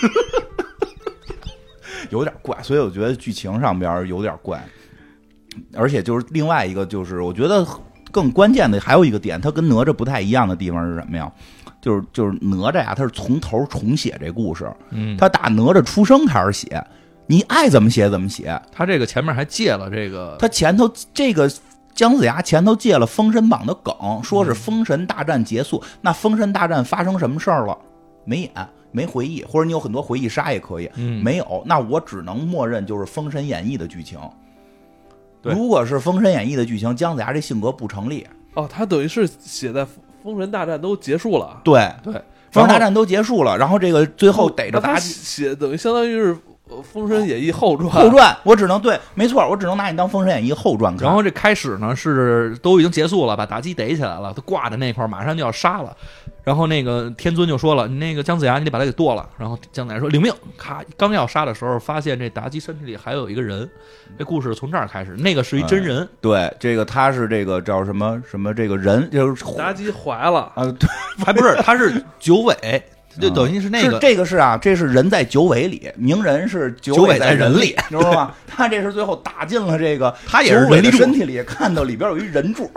有点怪，所以我觉得剧情上边有点怪，而且就是另外一个，就是我觉得更关键的还有一个点，它跟哪吒不太一样的地方是什么呀？就是就是哪吒呀，他是从头重写这故事， 嗯， 他打哪吒出生开始写，你爱怎么写怎么写。 他这个前面还借了这个， 他前头这个姜子牙前头借了《封神榜》的梗，说是封神大战结束，嗯、那封神大战发生什么事儿了？没演。没回忆，或者你有很多回忆杀也可以， 嗯， 没有，那我只能默认就是《封神演义》的剧情。如果是《封神演义》的剧情，姜子牙这性格不成立。 哦，他等于是写在封神大战都结束了。 对对， 封神大战都结束了，然后这个最后逮着妲己写，等于相当于是《封神演义》后传。 后传，我只能对，没错，我只能拿你当《封神演义》后传看。 然后这开始呢是都已经结束了，把妲己逮起来了，他挂在那块儿，马上就要杀了。然后那个天尊就说了：“你那个姜子牙，你得把他给剁了。”然后姜子牙说：“领命！”咔，刚要杀的时候，发现这妲己身体里还有一个人。这故事从这儿开始，那个是一真人。 嗯、对，这个他是这个叫什么什么这个人，就是妲己怀了啊，对， 还不是，他是九尾，就等于是那个、 嗯、是这个是啊，这是人在九尾里，鸣人是九尾在人里，知道吗？他这是最后打进了这个他也是人的身体里，看到里边有一人柱。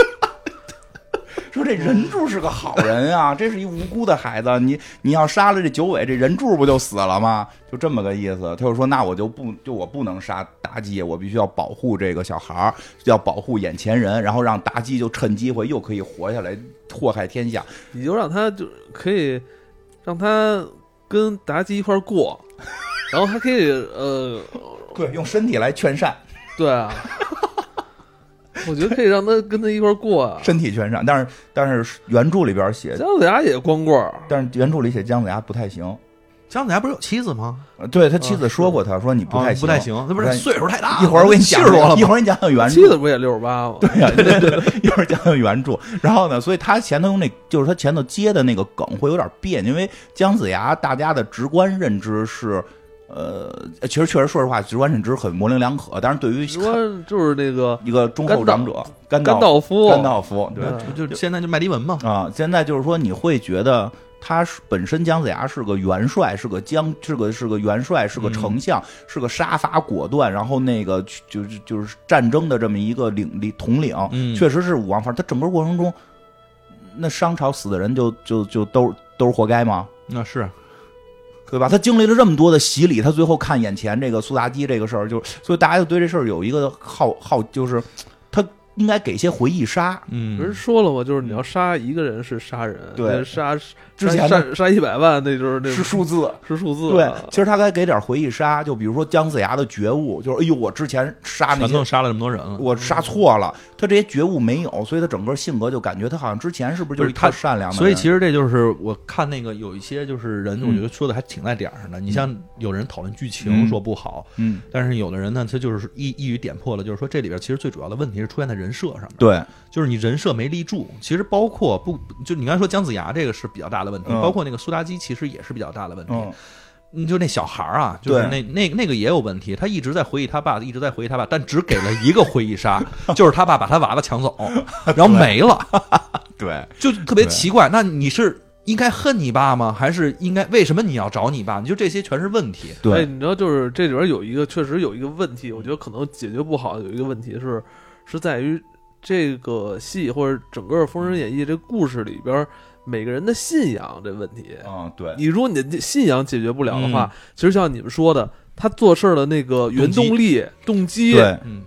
说这人柱是个好人啊，这是一无辜的孩子，你你要杀了这九尾，这人柱不就死了吗？就这么个意思。他就说，那我就不就我不能杀妲己，我必须要保护这个小孩，要保护眼前人，然后让妲己就趁机会又可以活下来，祸害天下。 你就让他就可以让他跟妲己一块过，然后还可以呃， 对，用身体来劝善。 对啊。我觉得可以让他跟他一块过啊， 身体全上，但是但是原著里边写姜子牙也光棍， 但是原著里写姜子牙不太行。 姜子牙不是有妻子吗？ 对他妻子说过，他说你不太行， 不太行，那不是岁数太大。 一会儿我给你讲，一会儿你讲讲原著。 妻子不也六十八吗？ 对呀，对对对，一会儿讲讲原著。然后呢，所以他前头用那，就是他前头接的那个梗会有点别扭，因为姜子牙大家的直观认知是。呃，其实确实说实话，直观认知很模棱两可。但是对于直观就是那个一个忠厚长者甘甘道夫， 甘道夫，对， 就就现在就麦迪文嘛啊，现在就是说你会觉得他是本身姜子牙是个元帅，是个将，是个是个元帅，是个丞相，嗯、是个杀伐果断，然后那个就是就是战争的这么一个领领统领， 嗯、 确实是武王范儿。他整个过程中，那商朝死的人就就就都都是活该吗？ 那是。 对吧？他经历了这么多的洗礼，他最后看眼前这个苏妲己这个事儿，就所以大家就对这事儿有一个好好，就是他应该给些回忆杀。 嗯， 不是说了吗？就是你要杀一个人是杀人， 对， 杀之前杀杀一百万，那就是那是数字， 是数字。 对，其实他该给点回忆杀，就比如说姜子牙的觉悟，就是哎呦，我之前杀那些全都杀了这么多人了， 我杀错了。他这些觉悟没有，所以他整个性格就感觉他好像之前是不是就是他善良的人？ 所以其实这就是我看那个有一些就是人，我觉得说的还挺在点上的。嗯、你像有人讨论剧情说不好， 嗯， 但是有的人呢，他就是一一语点破了，就是说这里边其实最主要的问题是出现在人设上面。 对， 就是你人设没立住。其实包括不就你刚才说姜子牙这个是比较大的问题， 嗯、 包括那个苏妲己其实也是比较大的问题。 嗯你就那小孩啊，就是那那那个也有问题，他一直在回忆他爸，一直在回忆他爸，但只给了一个回忆杀，就是他爸把他娃娃抢走，然后没了。 对， 就特别奇怪。那你是应该恨你爸吗？还是应该为什么你要找你爸？你就这些全是问题。 对， 哎，你知道，就是这里边有一个确实有一个问题，我觉得可能解决不好。有一个问题是是在于这个戏或者整个《封神演义》这故事里边。每个人的信仰这问题啊、嗯，对， 你如果你的信仰解决不了的话，嗯、其实像你们说的，他做事的那个原动力、动机， 对， 嗯，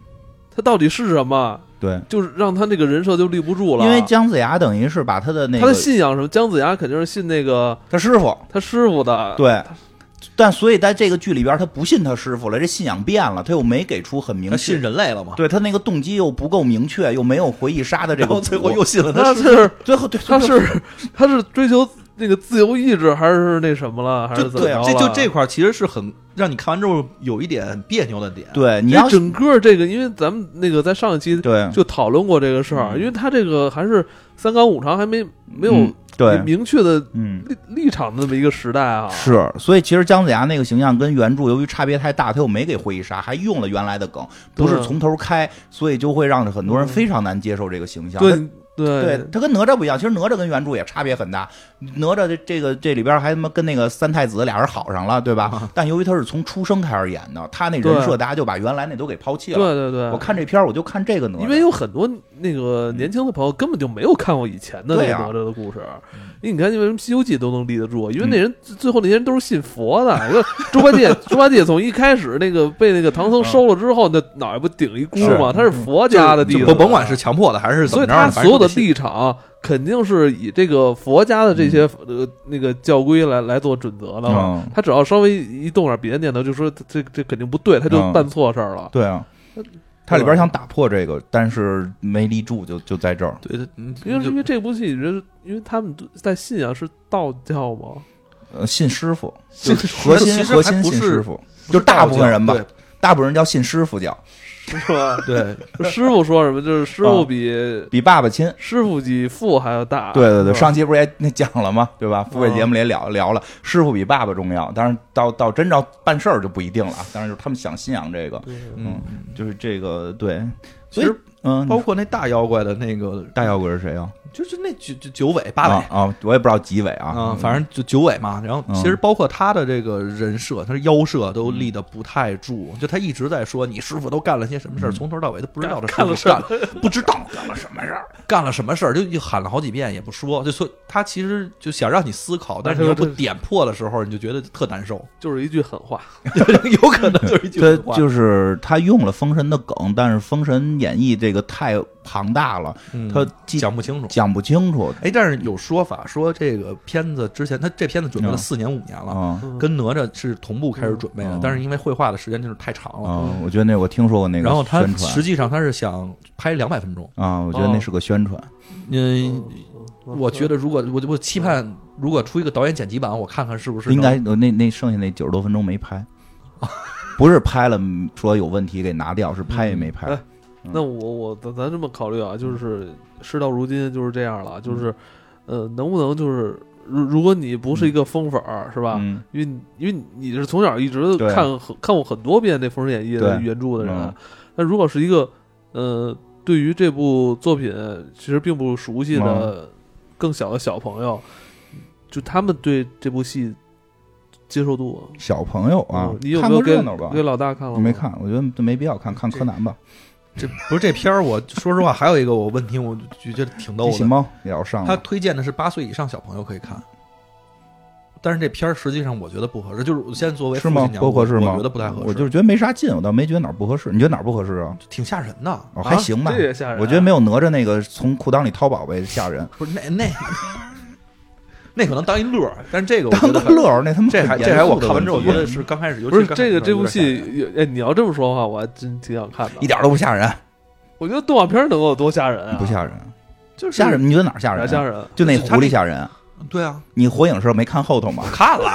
他到底是什么？ 对， 就是让他那个人设就立不住了。 因为姜子牙等于是把他的那个他的信仰什么，姜子牙肯定是信那个他师傅， 他师傅的。 对。但所以在这个剧里边，他不信他师傅了，这信仰变了，他又没给出很明确， 他信人类了嘛？ 对他那个动机又不够明确，又没有回忆杀的这个， 最后又信了他是最后对他是他是追求那个自由意志，还是那什么了，还是怎么着了？ 这就这块其实是很让你看完之后有一点别扭的点。 对，你要整个这个，因为咱们那个在上一期对就讨论过这个事儿，因为他这个还是三纲五常还没没有。 嗯对， 明确的嗯立立场的那么一个时代啊， 是，所以其实姜子牙那个形象跟原著由于差别太大，他又没给回忆杀，还用了原来的梗，不是从头开，所以就会让很多人非常难接受这个形象。 对对，对，他跟哪吒不一样，其实哪吒跟原著也差别很大。哪吒这这个这里边还他妈跟那个三太子俩人好上了，对吧？啊、但由于他是从出生开始演的，他那人设大家就把原来那都给抛弃了。 对对对， 我看这片我就看这个哪吒， 因为有很多那个年轻的朋友根本就没有看过以前的那个哪吒的故事。因为你看，为什么《西游记》都能立得住？因为那人、嗯、最后那些人都是信佛的。你说猪八戒，猪八戒从一开始那个被那个唐僧收了之后，那脑袋不顶一箍吗？他是佛家的弟子， 不甭管是强迫的还是怎么着， 所以他所有的立场肯定是以这个佛家的这些、嗯、呃那个教规来来做准则的嘛。嗯、他只要稍微一动点别的念头，就说这这肯定不对，他就办错事儿了、 嗯。对啊。他里边想打破这个，但是没立住就，就就在这儿。 对的， 因为因为这部戏，人因为他们在信仰是道教嘛， 呃，信师傅，就核心核心信师傅，就大部分人吧，大部分人叫信师傅教。 是吧？ 对， 师傅说什么？就是师傅比、 嗯、比爸爸亲， 师傅比父还要大。 对对对，上期不是也那讲了吗？对吧？付费节目里也聊、嗯、聊了，师傅比爸爸重要。当然，到到真照办事儿就不一定了。当然，就是他们想信仰这个，嗯，就是这个对。 其实， 嗯， 包括那大妖怪的那个大妖怪是谁啊？ 就是那九九尾八尾啊, 啊，我也不知道几尾啊， 嗯，反正就九尾嘛。然后其实包括他的这个人设，他的妖设都立得不太住。就他一直在说你师傅都干了些什么事儿，从头到尾都不知道这干了什么，不知道干了什么事儿，干了什么事儿，就喊了好几遍也不说。就说他其实就想让你思考，但是你要不点破的时候，你就觉得特难受， 就是一句狠话， 有可能就是一句狠话。 就是他用了封神的梗，但是《封神演义》这个太庞大了，他讲不清楚， 讲不清楚。 哎，但是有说法说这个片子之前，他这片子准备了四年五年了， 嗯、 跟哪吒是同步开始准备的，嗯、但是因为绘画的时间就是太长了。 嗯，我觉得那我听说过那个宣传。 然后他实际上他是想拍两百分钟啊，我觉得那是个宣传。 嗯，我觉得如果我我期盼如果出一个导演剪辑版，我看看是不是应该那那剩下那九十多分钟没拍，不是拍了说有问题给拿掉，是拍也没拍。 嗯嗯、那我我咱咱这么考虑啊，就是事到如今就是这样了，就是呃，能不能就是如如果你不是一个疯粉儿、嗯、是吧？ 嗯、 因为因为你是从小一直看看过很多遍那《封神演义》的原著的人，那、嗯、如果是一个呃对于这部作品其实并不熟悉的更小的小朋友，嗯、就他们对这部戏接受度， 小朋友啊， 嗯、你有没有给看吧给老大看了吗？ 没看，我觉得没必要看，看柯南吧。 这不是这片儿，我说实话，还有一个我问题，我就觉得挺逗的。 机器猫也要上， 他推荐的是八岁以上小朋友可以看，但是这片儿实际上我觉得不合适。就是现在作为是吗？不合适吗？ 我觉得不太合适。 我就是觉得没啥劲，我倒没觉得哪儿不合适。你觉得哪儿不合适啊？ 挺吓人的， 哦，还行吧。 这也吓人。 我觉得没有哪吒那个从裤裆里掏宝贝吓人。 不是那那。那可能当一乐，但是这个我当个乐，那他妈这还这还我看完之后觉得是刚开始， 不是这个这部戏，哎，你要这么说的话，我还真挺想看的， 一点都不吓人。 我觉得动画片能够有多吓人啊？ 不吓人， 就是吓人。你觉得哪儿吓人？ 吓人， 就那狐狸吓人。 对啊， 你火影时候没看后头吗？ 看了，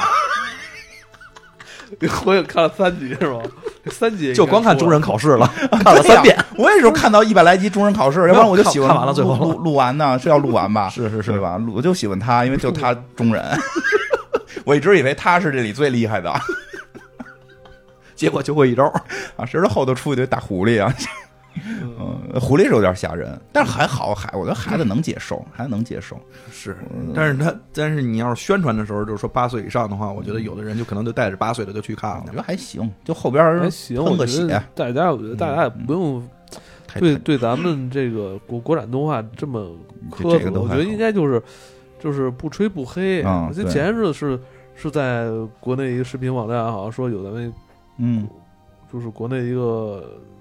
你火影看了三集是吗？三集就光看中忍考试了，看了三遍。 我也是看到一百来集中忍考试，要不然我就喜欢看完了最后录录完呢，是要录完吧？ 是是是， 对吧？我就喜欢他，因为就他中忍。我一直以为他是这里最厉害的， 结果就会一招啊！谁知道后头出一堆大狐狸啊！嗯，狐狸是有点吓人，但是还好，孩我觉得孩子能接受，孩子能接受。 是，但是他但是你要是宣传的时候就是说八岁以上的话，我觉得有的人就可能就带着八岁的就去看了。 我觉得还行，就后边还行， 喷个血。 大家我觉得大家也不用对对咱们这个国国产动画这么苛责，我觉得应该就是就是不吹不黑。 嗯， 就前日子是是在国内一个视频网站，好像说有咱们嗯， 就是国内一个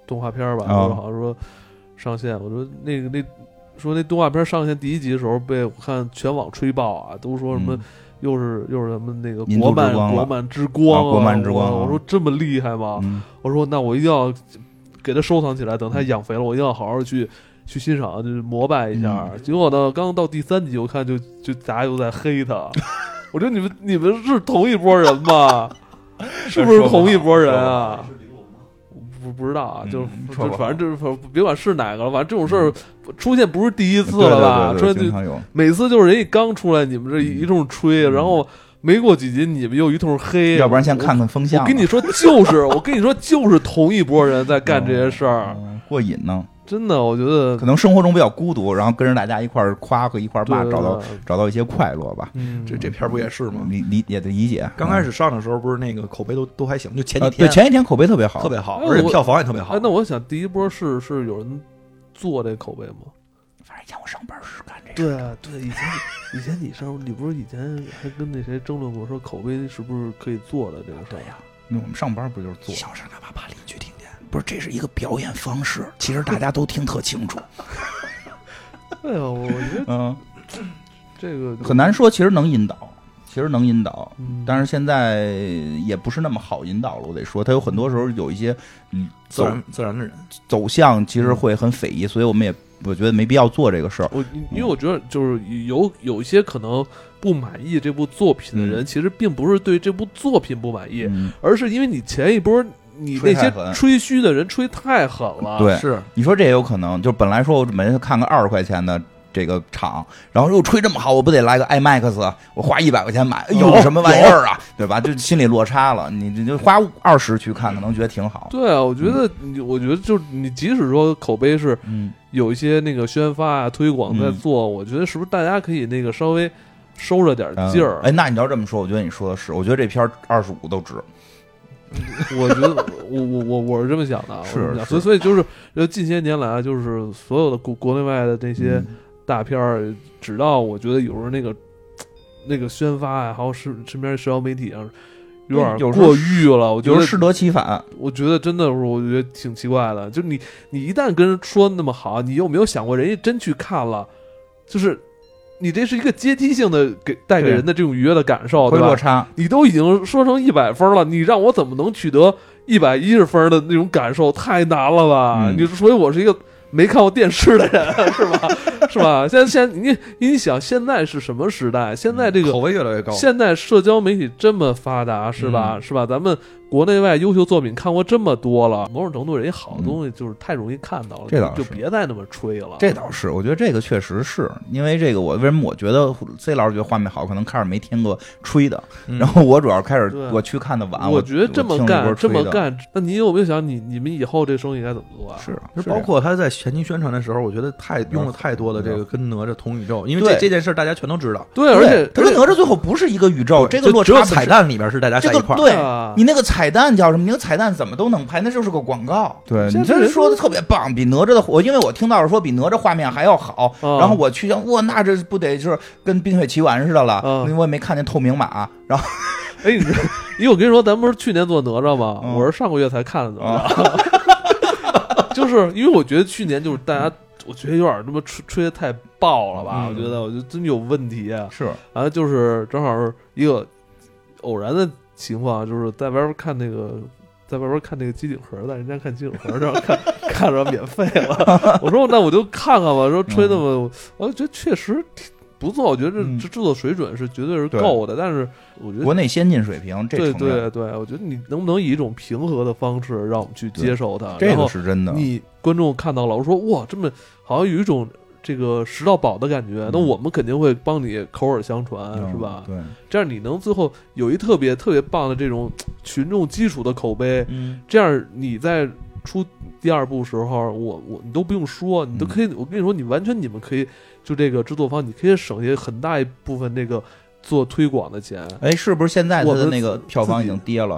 动画片吧， 哦、 好像说上线，我说那个那说那动画片上线第一集的时候被我看全网吹爆啊，都说什么。嗯又是又是什么那个国漫国漫之光、啊啊、国漫之光、啊， 我说这么厉害吗？ 嗯、 我说那我一定要给它收藏起来，等它养肥了，我一定要好好去去欣赏，就是膜拜一下。 嗯、 结果呢，刚到第三集，我看就就大家又在黑他，我说你们你们是同一拨人吗？是不是同一拨人啊？不不知道啊，就、 嗯、 就反正就是别管是哪个了，反正这种事儿出现不是第一次了吧？ 对对对对，经常有。 每次就是人一刚出来，你们这一通吹，嗯、然后没过几集你们又一通黑， 要不然先看看风向。 我跟你说，就是我跟你说，就是同一拨人在干这些事儿、 嗯，过瘾呢。 真的，我觉得可能生活中比较孤独，然后跟着大家一块儿夸和一块儿骂，找到找到一些快乐吧。 嗯， 这这片不也是吗？ 理理也得理解。 刚开始上的时候，不是那个口碑都都还行，就前几天、 呃、对前几天口碑特别好， 特别好，而且票房也特别好。 哎，那我想第一波是是有人做这口碑吗？ 反正以前我上班是干这个。 对啊，对，以前以前你上你不是以前还跟那谁争论过，说口碑是不是可以做的这个事儿呀？那我们上班不就是做？ 小声的把把邻居听见。 不是，这是一个表演方式，其实大家都听特清楚。 哎呀，我觉得， 嗯， 这个很难说，其实能引导，其实能引导， 嗯、 但是现在也不是那么好引导了。我得说，他有很多时候有一些嗯自然自然的人走向，其实会很匪夷，所以我们也我觉得没必要做这个事儿。 我因为我觉得就是有有一些可能不满意这部作品的人， 嗯、 其实并不是对这部作品不满意， 嗯、 而是因为你前一波。你那些吹嘘的人吹太狠了， 对， 是你说这也有可能。就本来说我每天看个二十块钱的这个场，然后又吹这么好，我不得来个 IMAX， 我花一百块钱买，有什么玩意儿啊？对吧？就心里落差了。你你就花二十去看，可能觉得挺好。 对啊，我觉得你，我觉得就是你，即使说口碑是有一些那个宣发啊、推广在做， 嗯、 我觉得是不是大家可以那个稍微收着点劲儿、 嗯？哎，那你要这么说，我觉得你说的是，我觉得这片二十五都值。 我觉得我我我我是这么想的， 是， 所以所以就是近些年来，就是所有的国国内外的那些大片儿，嗯、直到我觉得有时候那个那个宣发啊，还有身身边社交媒体上有点过誉了，我觉得适得其反。 我觉得真的是，我觉得挺奇怪的。就你你一旦跟人说那么好，你有没有想过人家真去看了，就是。你这是一个阶梯性的给带给人的这种愉悦的感受，对吧？ 会落差。 你都已经说成一百分了，你让我怎么能取得一百一十分的那种感受？太难了吧！ 嗯、 你所以我是一个没看过电视的人，是吧？是吧？现在现在你你想，现在是什么时代？现在这个口味越来越高， 现在社交媒体这么发达，是吧？ 嗯、 是吧？咱们国内外优秀作品看过这么多了，某种程度人家好的东西就是太容易看到了， 这倒就别再那么吹了。 这倒是，我觉得这个确实是因为这个，我为什么我觉得 C 老师觉得画面好，可能开始没听过吹的， 嗯、 然后我主要开始我去看的晚。 我觉得这么干这么干，那你有没有想你你们以后这生意该怎么做啊？ 是， 是包括他在前期宣传的时候，我觉得太用了太多的这个跟哪吒同宇宙，因为这这件事大家全都知道。 对，而且他跟哪吒最后不是一个宇宙，这个落差彩蛋里边是大家在一块儿。 对，你那个彩蛋叫什么？你那个彩蛋怎么都能拍，那就是个广告。对，你这说的特别棒，比哪吒的我因为我听到了说比哪吒画面还要好，然后我去想，哇，那这不得就是跟冰雪奇缘似的了？因为我也没看见透明马，然后。 哎，你因为我跟你说，咱不是去年做哪吒吗？嗯、我是上个月才看的哪吒，嗯、就是因为我觉得去年就是大家，我觉得有点他妈吹吹的太爆了吧？嗯、我觉得，我觉得真有问题啊！ 是， 然后就是正好是一个偶然的情况，就是在外边看那个，在外边看那个机顶盒，在人家看机顶盒，然后看看着免费了。我说那我就看看吧，说吹那么，嗯、我觉得确实挺。不错，我觉得这这制作水准是绝对是够的，嗯、但是我觉得国内先进水平，这对对对，我觉得你能不能以一种平和的方式让我们去接受它？ 这个是真的。 你观众看到了，我说哇，这么好像有一种这个食到饱的感觉，嗯、那我们肯定会帮你口耳相传， 嗯、 是吧？ 对， 这样你能最后有一特别特别棒的这种群众基础的口碑， 嗯、 这样你在出第二部时候，我我你都不用说，你都可以，嗯、我跟你说，你完全你们可以。就这个制作方，你可以省下很大一部分那个做推广的钱。 哎，是不是现在他的那个票房已经跌了？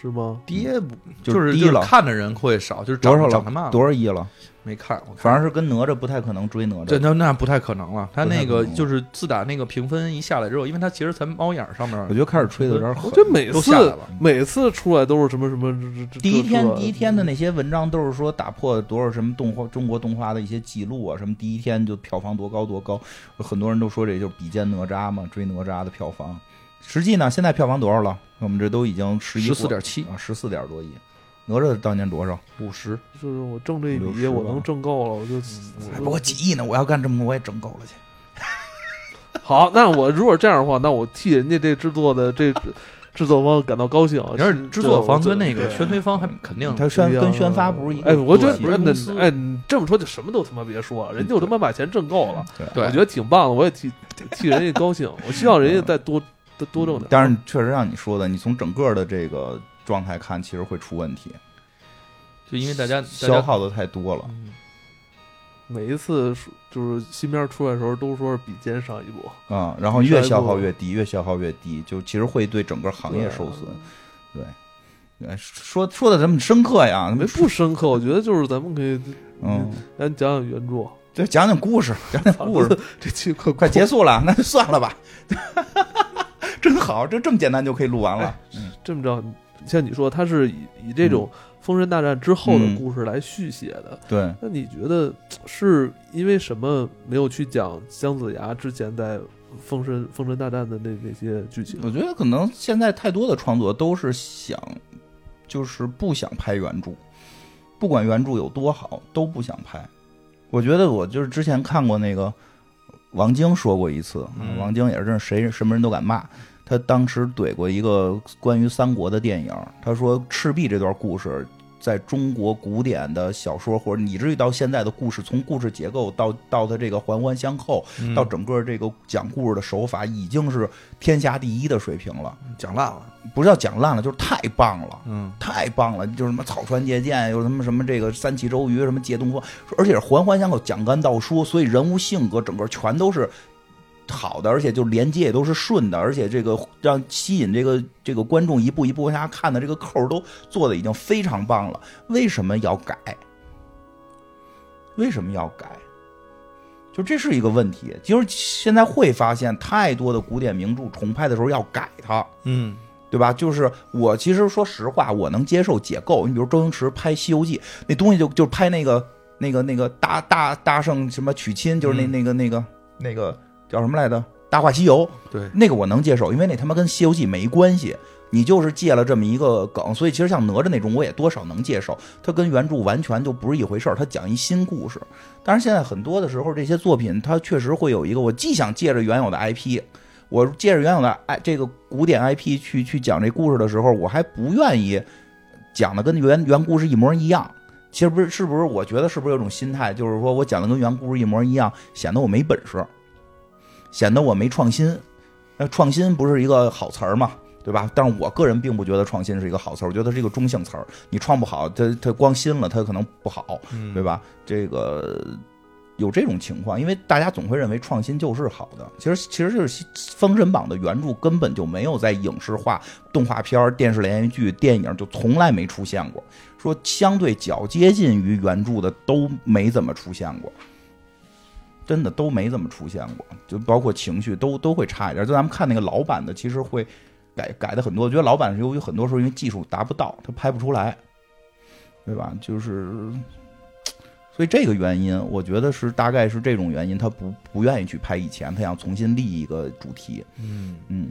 是吗？ 跌不就就是低了就是看的人会少，就是多少了涨涨得慢了， 多少亿了？ 没看，我看反正是跟哪吒不太可能追哪这吒。 那那不太可能了。他那个不太可能就是自打那个评分一下来之后，因为他其实在猫眼上面， 我觉得开始吹的有点狠。 我觉得每次都下来了每次出来都是什么什么这这第一天这第一天的那些文章都是说打破多少什么动画中国动画的一些记录啊，什么第一天就票房多高多高，很多人都说这就是比肩哪吒嘛，追哪吒的票房。实际呢，现在票房多少了？我们这都已经十一十四点七啊，十四点多亿。哪吒当年多少？ 五十， 就是我挣这一笔， 六十吧我能挣够了，我就还不过几亿呢！我要干这么多，我也挣够了去。 好。那我如果这样的话，那我替人家这制作的这制作方感到高兴。 你要是制作方跟那个对宣推方还肯定他宣不一样跟宣发不是一个哎，我觉得体系不是那公司哎，你这么说就什么都他妈别说了，人家就他妈把钱挣够了， 对， 我觉得挺棒的，我也替替人家高兴。我希望人家再多多多挣点。 但是确实像你说的，你从整个的这个状态看，其实会出问题， 就因为大家消耗的太多了。 嗯每一次就是新片出来的时候，都说是比肩上一波啊、然后越消耗越低，越消耗越低，就其实会对整个行业受损。对，对，说说的这么深刻呀？ 没不深刻，我觉得就是咱们可以嗯， 咱讲讲原著， 对，讲讲故事，讲讲故事。 这期快快结束了，那就算了吧。真好，这这么简单就可以录完了。嗯， 这么着，像你说，它是以以这种封神大战之后的故事来续写的。 对， 那你觉得是因为什么没有去讲姜子牙之前在封神封神大战的那那些剧情？ 我觉得可能现在太多的创作都是想，就是不想拍原著，不管原著有多好，都不想拍。我觉得我就是之前看过那个王晶说过一次， 嗯、 王晶也是谁什么人都敢骂。他当时怼过一个关于三国的电影，他说赤壁这段故事在中国古典的小说或者以至于到现在的故事，从故事结构到到他这个环环相扣， 嗯、 到整个这个讲故事的手法，已经是天下第一的水平了。 讲烂了， 不是叫讲烂了，就是太棒了， 嗯， 太棒了，就是什么草船借箭，有什么什么这个三气周瑜，什么借东风，而且是环环相扣，讲干道说，所以人物性格整个全都是好的，而且就连接也都是顺的，而且这个让吸引这个这个观众一步一步往下看的这个扣都做的已经非常棒了。为什么要改？为什么要改？就这是一个问题。就是现在会发现太多的古典名著重拍的时候要改它， 嗯， 对吧？就是我其实说实话，我能接受解构。你比如周星驰拍《西游记》那东西就，就就拍那个那个那个大大大圣什么娶亲，就是那、嗯、那个那个那个。叫什么来着？大话西游， 对， 那个我能接受，因为那他妈跟西游记没关系，你就是借了这么一个梗，所以其实像哪吒那种我也多少能接受，它跟原著完全就不是一回事儿，它讲一新故事。但是现在很多的时候，这些作品它确实会有一个，我既想借着原有的 I P， 我借着原有的 I 这个古典 I P 去去讲这故事的时候，我还不愿意讲的跟原原故事一模一样。其实不是，是不是？我觉得是不是有种心态，就是说我讲的跟原故事一模一样，显得我没本事。显得我没创新，那创新不是一个好词儿嘛，对吧？但是我个人并不觉得创新是一个好词儿，我觉得它是一个中性词儿。你创不好，它它光新了，它可能不好，对吧？这个有这种情况，因为大家总会认为创新就是好的。其实其实就是《封神榜》的原著根本就没有在影视化、动画片、电视连续剧、电影就从来没出现过。说相对较接近于原著的都没怎么出现过。真的都没怎么出现过，就包括情绪都都会差一点。就咱们看那个老版的，其实会改改的很多。我觉得老版是由于很多时候因为技术达不到，它拍不出来，对吧？就是所以这个原因，我觉得是大概是这种原因，他不不愿意去拍以前，他想重新立一个主题。 嗯嗯，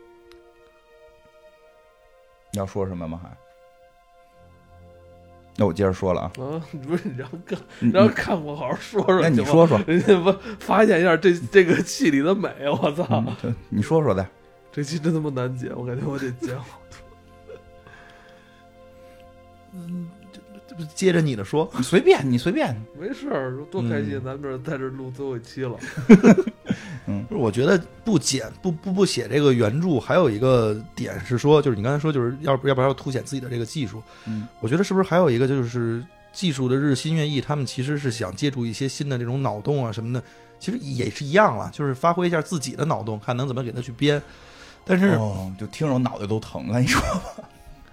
要说什么吗？还？那我接着说了啊， 啊，不是你让看，让看我好好说说。 那你说说， 人家不发现一下这这个戏里的美，我操！ 嗯、你说说的， 这期真他妈难解，我感觉我得剪好多。 嗯，这不接着你的说， 你随便，你随便， 没事儿，多开心！嗯、咱们这在这录最后一期了。 嗯，我觉得不剪不不不写这个原著，还有一个点是说，就是你刚才说，就是要不要不要凸显自己的这个技术？ 嗯， 我觉得是不是还有一个就是技术的日新月异，他们其实是想借助一些新的这种脑洞啊什么的，其实也是一样了，就是发挥一下自己的脑洞，看能怎么给他去编。但是， 哦，就听着我脑袋都疼了，你说吧。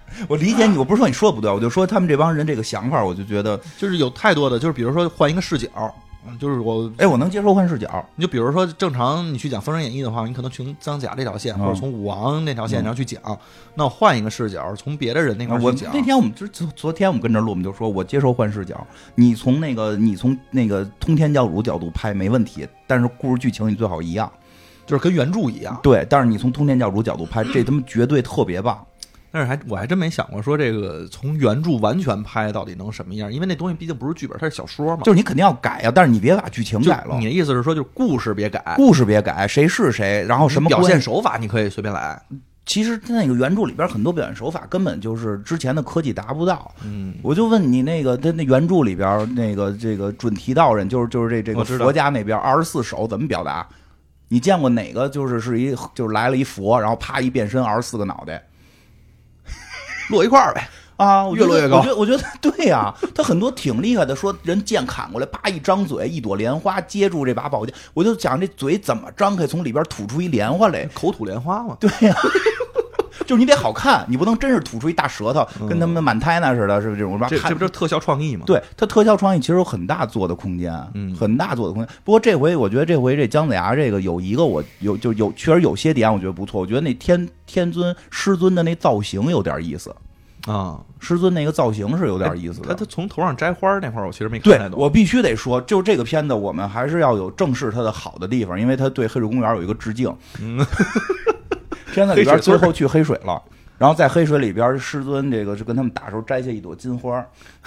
我理解你，我不是说你说的不对，我就说他们这帮人这个想法，我就觉得就是有太多的，就是比如说换一个视角，就是我， 哎，我能接受换视角。 你就比如说正常你去讲《封神演义》的话，你可能从张甲这条线， 嗯、 或者从武王那条线上去讲。嗯、那我换一个视角，从别的人那块去讲。 我那天我们就昨天我们跟着录，我们就说我接受换视角。你从那个你从那个通天教主角度拍没问题，但是故事剧情你最好一样， 就是跟原著一样。 对，但是你从通天教主角度拍，这他妈绝对特别棒。 但是还我还真没想过说这个从原著完全拍到底能什么样，因为那东西毕竟不是剧本，它是小说嘛。 就是你肯定要改啊，但是你别把剧情改了。 你的意思是说，就是故事别改， 故事别改，谁是谁，然后什么表现手法你可以随便来。 其实那个原著里边很多表现手法根本就是之前的科技达不到。 嗯， 我就问你，那个他那原著里边那个这个准提道人，就是就是这这个佛家那边二十四手怎么表达？你见过哪个就是是一就是来了一佛，然后啪一变身二十四个脑袋？ 落一块儿呗啊， 越落越高。 我觉得，我觉得对呀、啊，他很多挺厉害的。说人剑砍过来，啪一张嘴，一朵莲花接住这把宝剑。我就讲这嘴怎么张开，从里边吐出一莲花来， 口吐莲花嘛。 对呀、啊，就是你得好看，你不能真是吐出一大舌头，嗯、跟他们满胎那似的，是不是这种？ 这这不是特效创意吗？ 对，它特效创意其实有很大做的空间，嗯，很大做的空间。不过这回我觉得这回这姜子牙这个有一个我有就有确实有些点我觉得不错，我觉得那天天尊师尊的那造型有点意思。 啊， 师尊那个造型是有点意思的。 他他从头上摘花那块儿，我其实没看太懂。 对，我必须得说，就这个片子，我们还是要有正视它的好的地方，因为它对黑水公园有一个致敬。嗯，片子里边最后去黑水了，然后在黑水里边，师尊这个是跟他们打的时候摘下一朵金花。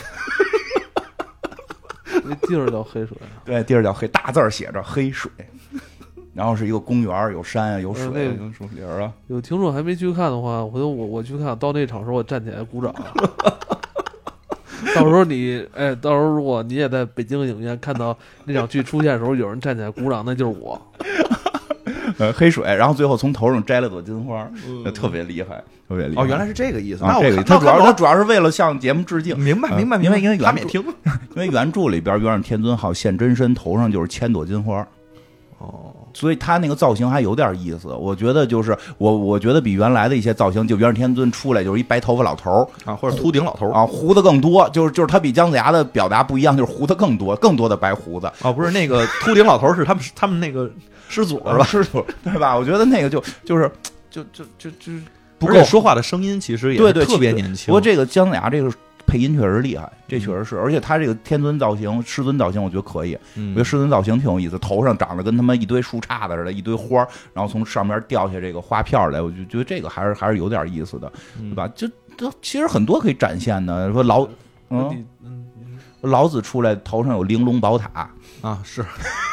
那地儿叫黑水， 对，地儿叫黑，大字写着黑水。然后是一个公园，有山啊，有水， 呃、 有树林啊。 有听众还没去看的话，回头我我去看到那场时候，我站起来鼓掌。到时候你哎，到时候如果你也在北京影院看到那场剧出现的时候，有人站起来鼓掌，那就是我。 呃，黑水，然后最后从头上摘了朵金花，嗯、特别厉害，特别厉害。 哦，原来是这个意思。 啊、 那这个他主要他主要是为了向节目致敬。 明白，明白， 因为因为他们也听， 因为原著里边元始天尊好现真身，头上就是千朵金花。 哦。 所以他那个造型还有点意思，我觉得就是我，我觉得比原来的一些造型，就元始天尊出来就是一白头发老头啊，或者秃顶老头啊，胡子更多，就是就是他比姜子牙的表达不一样，就是胡子更多，更多的白胡子。 哦，不是那个秃顶老头是他们他们那个师祖是吧？ 师祖对吧？我觉得那个就就是就就就就不够说话的声音，其实也对对特别年轻。 不过这个姜子牙这个。配音确实厉害，这确实是，而且他这个天尊造型、师尊造型，我觉得可以。 嗯、 我觉得师尊造型挺有意思，头上长得跟他妈一堆树杈子似的，一堆花，然后从上面掉下这个花片来，我就觉得这个还是还是有点意思的，对吧？就都其实很多可以展现的。说老嗯嗯，老子出来头上有玲珑宝塔啊，是。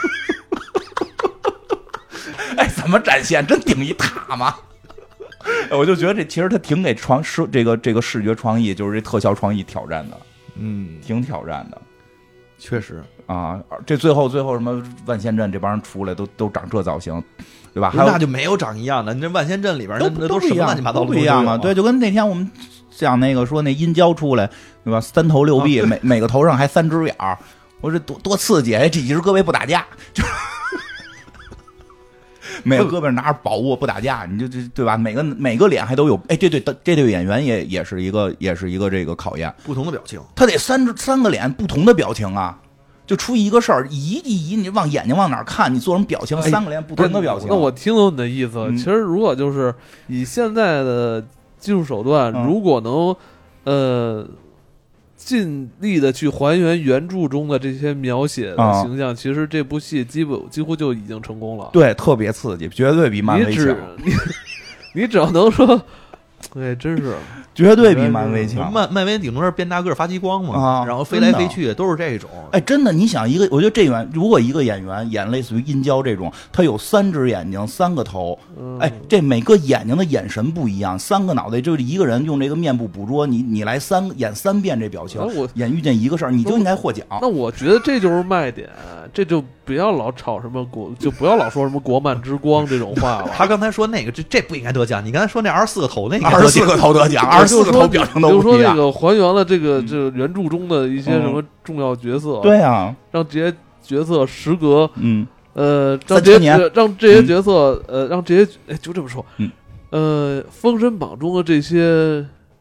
哎，怎么展现？真顶一塔吗？我就觉得这其实他挺给创视这个这个视觉创意，就是这特效创意挑战的， 嗯， 挺挑战的， 确实啊。这最后最后什么万仙阵这帮人出来都都长这造型，对吧？还有那就没有长一样的，你这万仙阵里边都那都什么乱七八糟不一样啊？对，就跟那天我们讲那个说那阴蛟出来，对吧？三头六臂，啊、每每个头上还三只眼儿，我这多多刺激！哎，这几只胳膊不打架就。每个胳膊拿着宝物不打架，你就这对吧？每个每个脸还都有，哎，这对这对演员也也是一个也是一个这个考验， 不同的表情， 他得三三个脸不同的表情啊，就出一个事儿，移一移，你往眼睛往哪看，你做什么表情，哎、三个脸不同的表情。 那我听懂你的意思， 嗯、 其实如果就是以现在的技术手段， 嗯、 如果能呃。尽力的去还原原著中的这些描写的形象，哦、其实这部戏基本几乎就已经成功了。 对，特别刺激，绝对比漫威强。 你你只要能说，哎，真是绝对比漫威强。 漫漫威顶多是变大个发激光嘛， 啊、 然后飞来飞去都是这种。 哎，真的，你想一个，我觉得这演如果一个演员演类似于阴蛟这种，他有三只眼睛，三个头， 嗯、 哎，这每个眼睛的眼神不一样，三个脑袋，就是一个人用这个面部捕捉，你你来三演三遍这表情， 我演遇见一个事儿，你就应该获奖。 那我觉得这就是卖点，这就不要老吵什么国，就不要老说什么国漫之光这种话了。 他刚才说那个，这这不应该得奖。你刚才说那二十四个头那个， 二十四个头得奖，二十四个头表情都不一样。 比如说那个还原了这个这原著中的一些什么重要角色， 嗯、对啊， 让这些角色时隔嗯呃让这些让这些角色、嗯、呃让这些哎就这么说， 嗯呃《封神榜》中的这些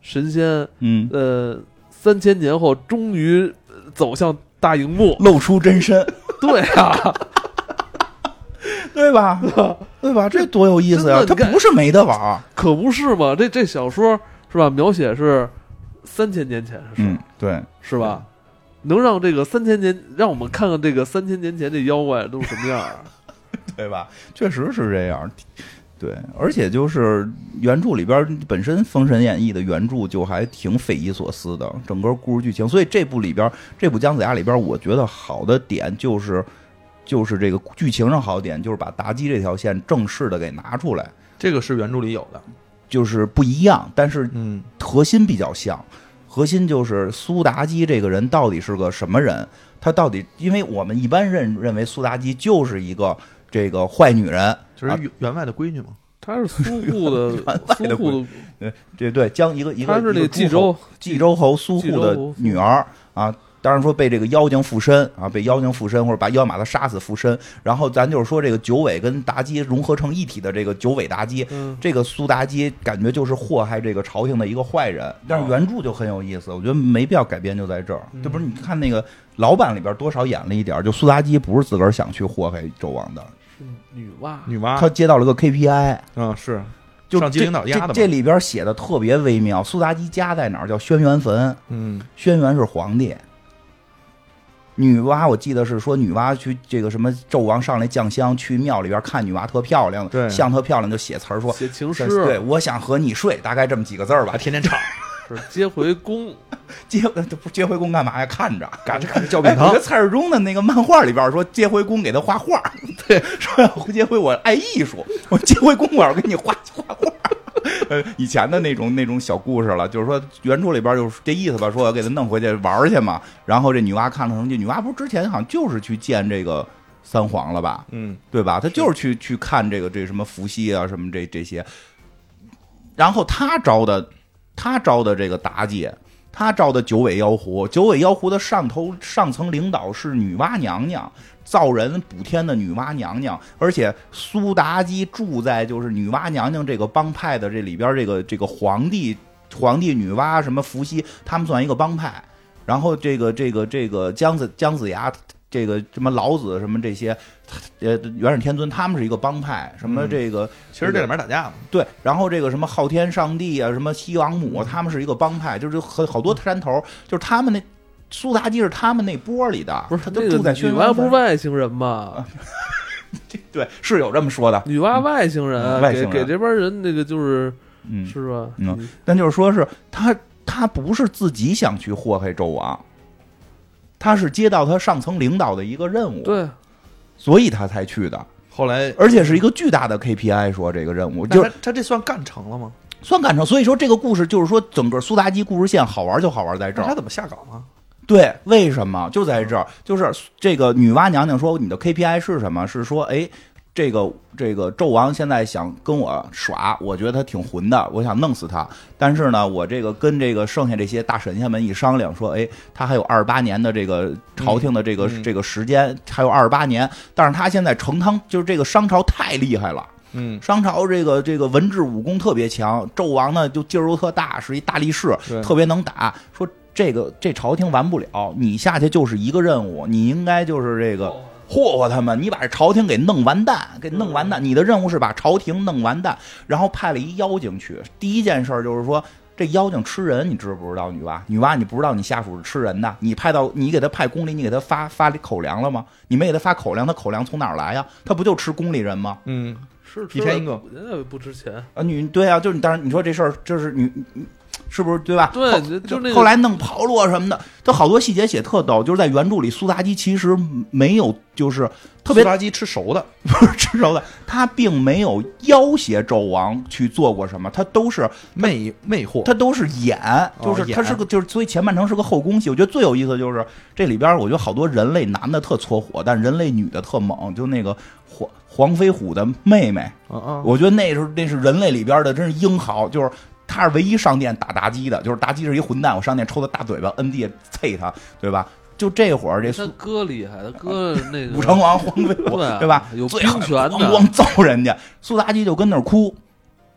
神仙， 嗯， 呃，三千年后终于走向大荧幕， 露出真身， 对啊， 对吧？对吧？这多有意思呀！他不是没得玩， 可不是嘛？这这小说是吧？描写是三千年前的事， 嗯，对， 是吧？能让这个三千年，让我们看看这个三千年前这妖怪都是什么样啊？ 对吧？确实是这样。对，而且就是原著里边本身《封神演义》的原著就还挺匪夷所思的，整个故事剧情。所以这部里边，这部姜子牙里边，我觉得好的点就是，就是这个剧情上好的点就是把妲己这条线正式的给拿出来， 这个是原著里有的， 就是不一样，但是嗯， 核心比较像。核心就是苏妲己这个人到底是个什么人？他到底，因为我们一般认认为苏妲己就是一个这个坏女人， 就是员外的闺女嘛。 她是苏护的，苏护的， 对对对，将一个一个， 她是那个冀州冀州侯苏护的女儿啊。当然说被这个妖精附身啊，被妖精附身或者把妖精把他杀死附身，然后咱就是说这个九尾跟妲己融合成一体的这个九尾妲己， 嗯、 这个苏妲己感觉就是祸害这个朝廷的一个坏人，但是原著就很有意思，我觉得没必要改编就在这儿。这、嗯、不是你看那个老版里边多少演了一点，就苏妲己不是自个儿想去祸害纣王的， 是女娲， 女娲， 她接到了个 K P I， 嗯是。 就上级领导压的这，这里边写的特别微妙。苏妲己家在哪儿？叫轩辕坟。 嗯， 轩辕是皇帝。女娲，我记得是说女娲去这个什么纣王上来降香，去庙里边看女娲特漂亮， 对， 像特漂亮，就写词儿说写情诗， 对，我想和你睡，大概这么几个字儿吧， 天天唱。 是接回宫， 接不接回宫干嘛呀？看着， 赶着看着叫饼汤。 哎、蔡世忠的那个漫画里边说，接回宫给他画画，对，说要接回我爱艺术，我接回宫我要给你画画画。呃，以前的那种那种小故事了，就是说原著里边就是这意思吧，说我给他弄回去玩去嘛。然后这女娲看了成绩，女娲不是之前好像就是去见这个三皇了吧？ 嗯， 对吧？他就是去去看这个这什么伏羲啊什么这这些。然后他招的。他招的这个妲己，他招的九尾妖狐，九尾妖狐的上头上层领导是女娲娘娘，造人补天的女娲娘娘，而且苏妲己住在就是女娲娘娘这个帮派的这里边，这个这个皇帝皇帝女娲什么伏羲，他们算一个帮派，然后这个这个这个姜子姜子牙。这个什么老子什么这些，呃，元始天尊他们是一个帮派，什么这个、嗯、 其实这里面打架嘛， 对，然后这个什么昊天上帝啊，什么西王母，他们是一个帮派，就是很好多山头，就是他们那苏妲己是他们那波里的， 不是他都住在女娲不是外星人吗？ 对，是有这么说的， 女娲外星人， 嗯、外星人给给这边人那个就是， 嗯， 是吧？ 嗯，但就是说是他他不是自己想去祸害纣王。他是接到他上层领导的一个任务， 对， 所以他才去的。 后来， 而且是一个巨大的 K P I， 说这个任务就他他这算干成了吗？ 算干成。所以说这个故事就是说，整个苏妲己故事线好玩就好玩在这儿。 他怎么下岗啊？ 对，为什么就在这儿？就是这个女娲娘娘说，你的 K P I 是什么？是说，哎。这个这个纣王现在想跟我耍，我觉得他挺混的，我想弄死他。但是呢，我这个跟这个剩下这些大神仙们一商量，说，哎，他还有二十八年的这个朝廷的这个、 嗯、 这个时间，还有二十八年。但是他现在成汤，就是这个商朝太厉害了， 嗯， 商朝这个这个文治武功特别强，纣王呢就劲儿又特大，是一大力士，特别能打。说这个这朝廷完不了，你下去就是一个任务，你应该就是这个。霍霍他们，你把这朝廷给弄完蛋，给弄完蛋。你的任务是把朝廷弄完蛋，然后派了一妖精去。第一件事就是说，这妖精吃人，你知不知道？女娲，女娲，你不知道你下属是吃人的？你派到你给他派宫里，你给他发发口粮了吗？你没给他发口粮，他口粮从哪儿来呀？他不就吃宫里人吗？ 嗯，是一天一个， 那不值钱啊。女对啊，就是你当然你说这事儿，就是女。是不是对吧？ 对，就那个后来弄炮烙什么的，都好多细节写特逗。就是在原著里，苏妲己其实没有，就是特别苏妲己吃熟的， 不是吃熟的，她并没有要挟纣王去做过什么，她都是魅魅惑， 她都是演，就是她是个就是所以前半程是个后宫戏。我觉得最有意思的就是这里边，我觉得好多人类男的特搓火，但人类女的特猛，就那个黄黄飞虎的妹妹， 啊啊， 我觉得那是那是人类里边的，真是英豪，就是。他是唯一上殿打妲己的，就是妲己是一混蛋，我上殿抽他大嘴巴，摁地下啐他，对吧？就这会儿，这他哥厉害，他哥那个武成王黄飞虎， 对、啊、 对吧？ 有兵权的， 咣咣揍人家，苏妲己就跟那儿哭，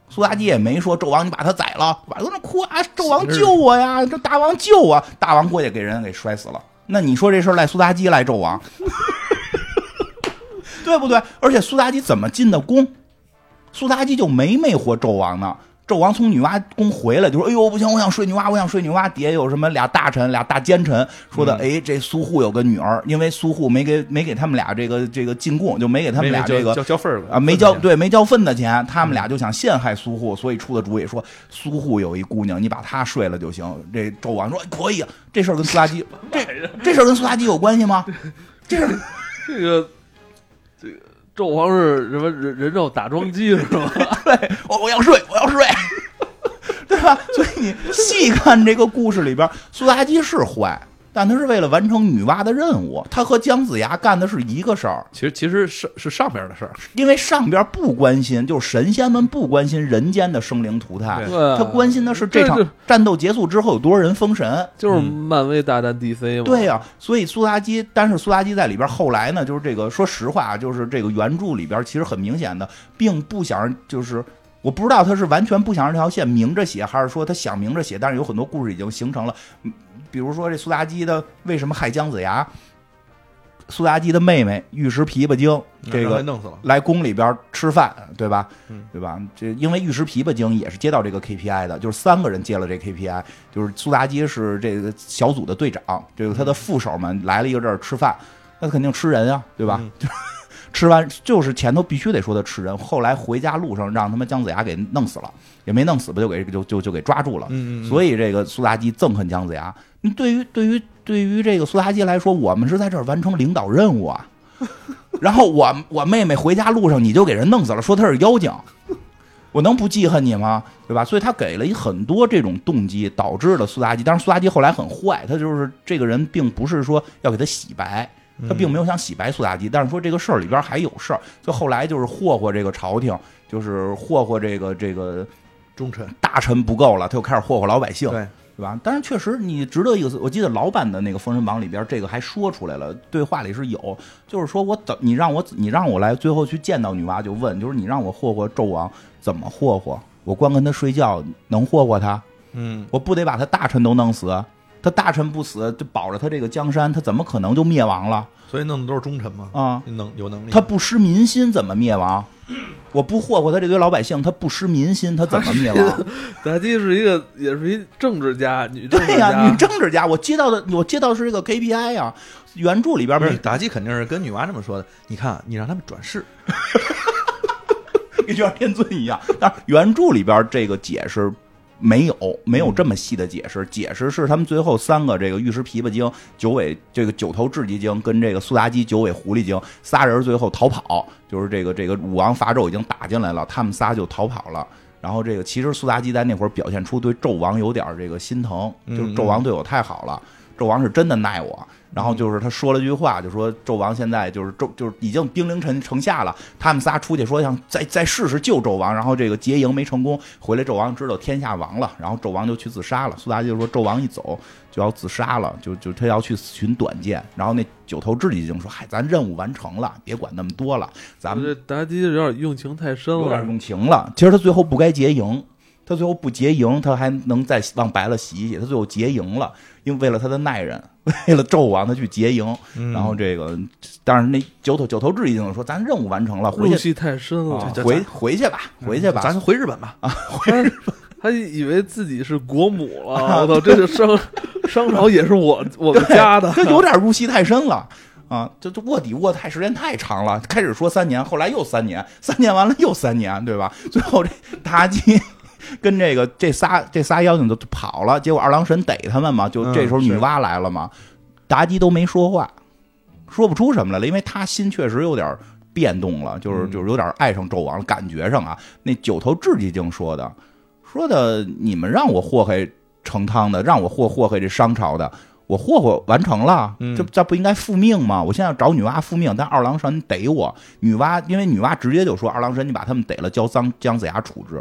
苏妲己也没说纣王你把他宰了，把都那哭啊，纣王救我呀，这大王救我，大王过去给人给摔死了。那你说这事儿赖苏妲己赖纣王，对不对？而且苏妲己怎么进的宫？苏妲己就没魅惑纣王呢。纣王从女娲宫回来就说：“哎呦，不行，我想睡女娲，我想睡女娲。”底下有什么俩大臣、俩大奸臣说的：“哎，这苏护有个女儿，因为苏护没给没给他们俩这个这个进贡，就没给他们俩这个交交份啊，没交对没交份的钱，他们俩就想陷害苏护，所以出的主意说苏护有一姑娘，你把她睡了就行。”这纣王说：“可以啊，这事儿跟苏妲己这这事儿跟苏妲己有关系吗？这事这个这个纣王是什么人人肉打桩机是吧？ 对，我我要睡，我要睡。”对吧？所以你细看这个故事里边，苏妲己是坏，但他是为了完成女娲的任务。他和姜子牙干的是一个事儿。 其实其实是是上边的事儿， 因为上边不关心，就是神仙们不关心人间的生灵涂炭，他关心的是这场战斗结束之后有多少人封神。 就是漫威大战 D C 嘛。 对呀、啊，所以苏妲己，但是苏妲己在里边后来呢，就是这个，说实话，就是这个原著里边其实很明显的，并不想就是。我不知道他是完全不想让这条线明着写，还是说他想明着写，但是有很多故事已经形成了。比如说这苏妲己的为什么害姜子牙？苏妲己的妹妹玉石琵琶精，这个弄死了， 来宫里边吃饭，对吧？ 嗯， 对吧？这因为玉石琵琶精也是接到这个 K P I 的，就是三个人接了这 K P I， 就是苏妲己是这个小组的队长，这个他的副手们来了一个这儿吃饭，那肯定吃人啊，对吧？嗯吃完就是前头必须得说他吃人，后来回家路上让他们姜子牙给弄死了，也没弄死吧，就给就就就给抓住了。 嗯嗯嗯， 所以这个苏妲己憎恨姜子牙。对于对于对于这个苏妲己来说，我们是在这儿完成领导任务啊。然后我我妹妹回家路上你就给人弄死了，说她是妖精，我能不记恨你吗？对吧？所以他给了很多这种动机，导致了苏妲己。当然苏妲己后来很坏，他就是这个人并不是说要给他洗白。他并没有想洗白苏妲己，但是说这个事儿里边还有事儿，就后来就是霍霍这个朝廷，就是霍霍这个这个忠臣大臣不够了，他又开始霍霍老百姓， 对对吧？但是确实你值得一个，我记得老版的那个《封神榜》里边这个还说出来了，对话里是有，就是说我怎你让我你让我来最后去见到女娲就问，就是你让我霍霍纣王怎么霍霍？我光跟他睡觉能霍霍他？ 嗯， 我不得把他大臣都弄死？他大臣不死，就保着他这个江山，他怎么可能就灭亡了？ 所以弄的都是忠臣嘛。 啊， 能有能力。 他不失民心，怎么灭亡？我不霍霍他这堆老百姓，他不失民心，他怎么灭亡？ 妲己是一个，也是一政治家，女政治家。 对呀、啊，女政治家。我接到的，我接到的是这个 K P I 呀、啊。原著里边没， 妲己肯定是跟女娲这么说的。你看，你让他们转世， 跟像天尊一样。但是原著里边这个解释。没有没有这么细的解释，解释是他们最后三个这个玉石琵琶精、九尾这个九头雉鸡精跟这个苏妲己九尾狐狸精仨人最后逃跑，就是这个这个武王伐纣已经打进来了，他们仨就逃跑了。然后这个其实苏妲己在那会儿表现出对纣王有点这个心疼，就是纣王对我太好了，纣王是真的耐我。然后就是他说了句话，就说纣王现在就是纣就是已经兵临城城下了，他们仨出去说想再再试试救纣王，然后这个结营没成功，回来纣王知道天下亡了，然后纣王就去自杀了。苏妲己就说纣王一走就要自杀了，就就他要去寻短见。然后那九头雉鸡精说：“嗨，咱任务完成了，别管那么多了，咱们这妲己有点用情太深了， 有点用情了。其实他最后不该结营。”他最后不结营，他还能再往白了洗洗。他最后结营了，因为为了他的耐人，为了纣王，他去结营。嗯、然后这个，但是那九头九头雉已经说，咱任务完成了，回去。 入戏太深了， 啊、回回去吧，回去吧， 咱回日本吧。 啊，回日本。 他以为自己是国母了，我操！这个商商朝也是我我们家的， 这有点入戏太深了。啊，这这卧底卧太时间太长了，开始说三年，后来又三年，三年完了又三年，对吧？最后这妲己。跟这个这仨这仨妖精就跑了，结果二郎神逮他们嘛，就这时候女娲来了嘛，妲己都没说话，说不出什么来了，因为他心确实有点变动了，就是就是有点爱上纣王了，感觉上啊，那九头雉鸡精说的，说的你们让我祸害成汤的，让我祸祸害这商朝的，我霍霍完成了，这这不应该复命吗？我现在要找女娲复命，但二郎神逮我，女娲因为女娲直接就说二郎神，你把他们逮了，交姜姜子牙处置。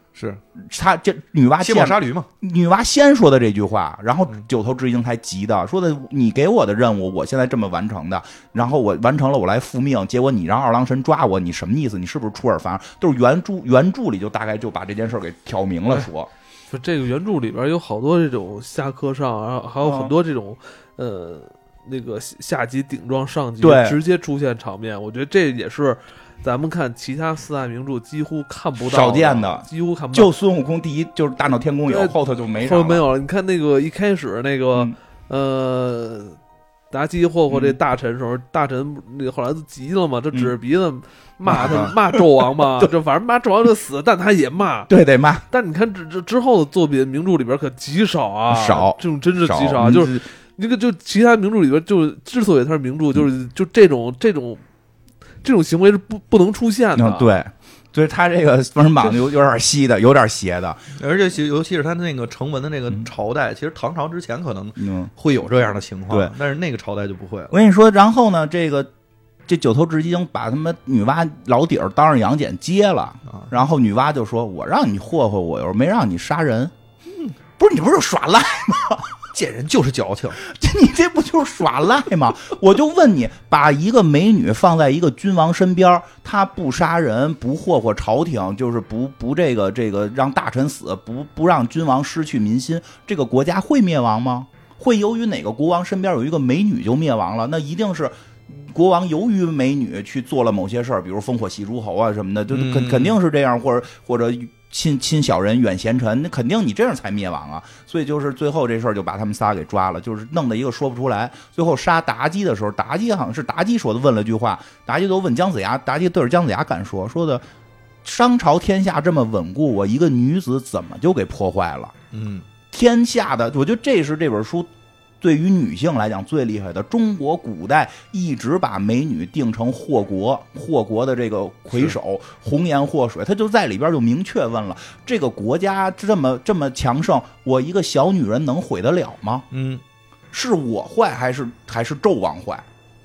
是他这女娲卸磨杀驴嘛， 女娲先说的这句话，然后九头雉精才急的说的，你给我的任务，我现在这么完成的，然后我完成了，我来复命，结果你让二郎神抓我，你什么意思？你是不是出尔反尔？都是原著原著里就大概就把这件事给挑明了说。 就这个原著里边有好多这种下课上，然后还有很多这种、嗯、呃那个下级顶撞上级，直接出现场面。我觉得这也是咱们看其他四大名著几乎看不到的少见的， 几乎看不到。 就孙悟空第一就是大闹天宫有，后头就没啥了， 后头没有了。你看那个一开始那个、嗯、呃。妲己霍霍这大臣时候，嗯、大臣那个后来都急了嘛，他指着鼻子骂他、嗯、骂纣王嘛，就反正骂纣王就死，但他也骂， 对，得骂。 但你看这这之后的作品名著里边可极少啊， 少这种真是极少，就是那个就其他名著里边就之所以它是名著，就是就这种这种这种行为是不不能出现的， 嗯、对。所以他这个《封神榜》有有点稀的，有点邪的， 而且尤其是他那个成文的那个朝代，嗯、其实唐朝之前可能会有这样的情况， 对、嗯， 但是那个朝代就不会了。 我跟你说，然后呢，这个这九头雉精把他们女娲老底儿当着杨戬接了，啊、然后女娲就说：“我让你霍霍我，又没让你杀人，嗯，不是你不是耍赖吗？” 贱人就是矫情， 你这不就是耍赖吗？我就问你，把一个美女放在一个君王身边，她不杀人，不霍霍朝廷，就是不不这个这个让大臣死，不不让君王失去民心，这个国家会灭亡吗？会由于哪个国王身边有一个美女就灭亡了？那一定是国王由于美女去做了某些事儿，比如烽火戏诸侯啊什么的，就肯肯定是这样，或者或者。亲亲小人远贤臣，那肯定你这样才灭亡啊！所以就是最后这事儿就把他们仨给抓了，就是弄得一个说不出来。最后杀妲己的时候，妲己好像是妲己说的，问了句话，妲己都问姜子牙，妲己对着姜子牙敢说说的，商朝天下这么稳固，我一个女子怎么就给破坏了？ 嗯， 天下的，我觉得这是这本书对于女性来讲最厉害的。中国古代一直把美女定成祸国，祸国的这个魁首，红颜祸水，他就在里边就明确问了：这个国家这么这么强盛，我一个小女人能毁得了吗？ 嗯， 是我坏还是还是纣王坏？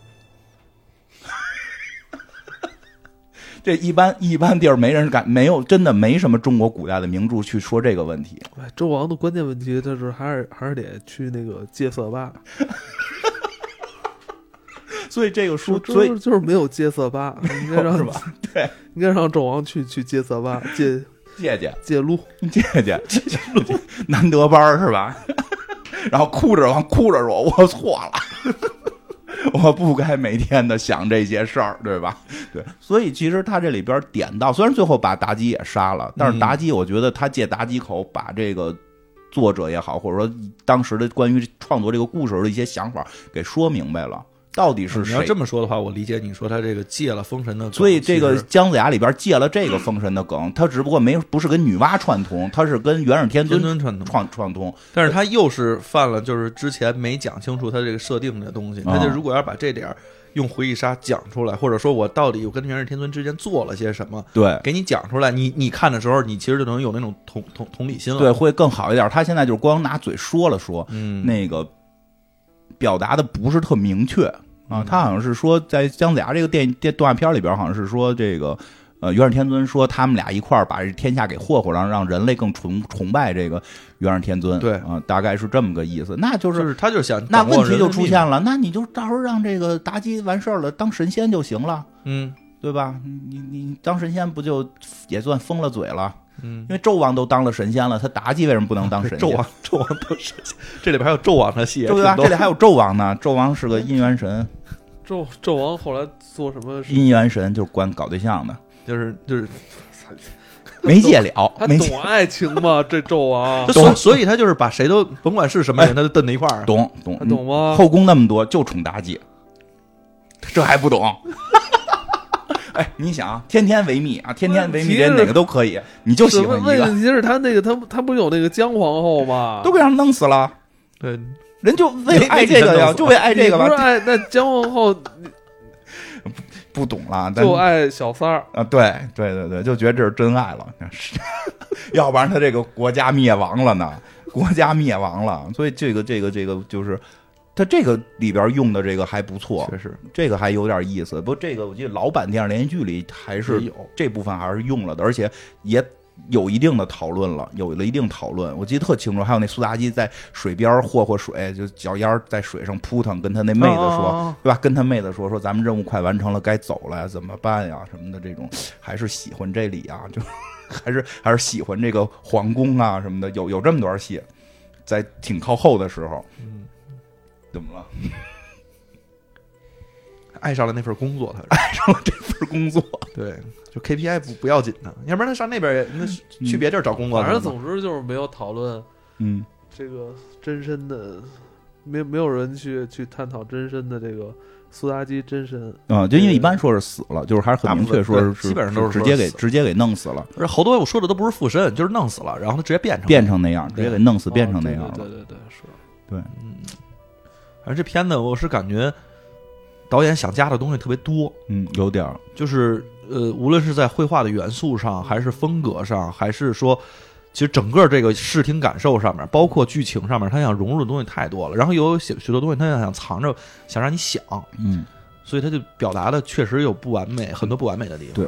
这一般一般地儿没人敢，没有真的没什么中国古代的名著去说这个问题。 纣王的关键问题，就是还是还是得去那个戒色疤。 所以这个书， 所以就是没有戒色疤，应该让是吧？对， 应该让纣王去去戒色疤，戒戒戒戒撸戒戒戒戒难得班是吧？然后哭着往哭着说：“我错了。”我不该每天的想这些事儿，对吧？对，所以其实他这里边点到，虽然最后把妲己也杀了，但是妲己，我觉得他借妲己口把这个作者也好，或者说当时的关于创作这个故事的一些想法给说明白了。到底是谁？ 你要这么说的话，我理解你说他这个借了封神的梗， 所以这个姜子牙里边借了这个封神的梗，他只不过没不是跟女娲串通，他是跟元始天尊串通串串通， 但是他又是犯了就是之前没讲清楚他这个设定的东西，他就如果要把这点用回忆杀讲出来，或者说我到底我跟元始天尊之间做了些什么， 对， 给你讲出来，你你看的时候，你其实就能有那种同同同理心了， 对，会更好一点。他现在就是光拿嘴说了说， 嗯， 那个表达的不是特明确。啊，他好像是说，在姜子牙这个电电动画片里边，好像是说这个，呃，元始天尊说他们俩一块儿把这天下给霍霍，让让人类更崇崇拜这个元始天尊。 对啊，大概是这么个意思。那就是， 就是他就想， 那问题就出现了，那你就到时候让这个妲己完事儿了，当神仙就行了， 嗯， 对吧？你你当神仙不就也算封了嘴了？ 嗯， 因为纣王都当了神仙了，他妲己为什么不能当神仙？ 纣王，纣王当神仙，这里边还有纣王的戏， 对吧？这里还有纣王呢，纣王是个姻缘神。 纣纣王后来做什么？ 姻缘神就是管搞对象的， 就是就是没戒了， 他懂爱情吗？这纣王懂，所以他就是把谁都甭管是什么人，他就瞪在一块儿。 懂懂， 他懂吗？ 后宫那么多，就宠妲己，这还不懂？哎，你想，天天维密啊，天天维密，哪个都可以，你就喜欢一个。 问题是他那个他他不是有那个姜皇后吗？ 都给人弄死了。 对。 人就为了爱这个呀，就为爱这个吧。 不是爱那姜皇后不懂了， 就爱小三儿啊！对对对对，就觉得这是真爱了，要不然他这个国家灭亡了呢，国家灭亡了。所以这个这个这个就是他这个里边用的这个还不错， 确实这个还有点意思。不过这个我记得老版电视连续剧里还是有这部分还是用了的，而且也有一定的讨论了，有了一定讨论。我记得特清楚，还有那苏妲己在水边霍霍水，就脚丫在水上扑腾，跟他那妹子说， 哦、 对吧？跟他妹子说说咱们任务快完成了，该走了呀，怎么办呀？什么的这种，还是喜欢这里啊，就还是还是喜欢这个皇宫啊什么的，有有这么段戏，在挺靠后的时候， 嗯， 怎么了？ 爱上了那份工作，他爱上了这份工作， 对，就 K P I 不不要紧的，要不然他上那边那去别地儿找工作。 反正总之就是没有讨论， 嗯， 这个真身的，没没有人去去探讨真身的这个苏妲己真身啊、嗯，就因为一般说是死了，就是还是很明确说是基本上都是直接给直接给弄死了， 而好多我说的都不是附身，就是弄死了，然后他直接变成变成那样，直接给弄死变成那样了。 对对对，是， 对， 嗯，反正这片子我是感觉。导演想加的东西特别多， 嗯，有点儿， 就是呃，无论是在绘画的元素上，还是风格上，还是说，其实整个这个视听感受上面，包括剧情上面，他想融入的东西太多了。然后有许许多东西，他想藏着，想让你想， 嗯， 所以他就表达的确实有不完美，很多不完美的地方。 对，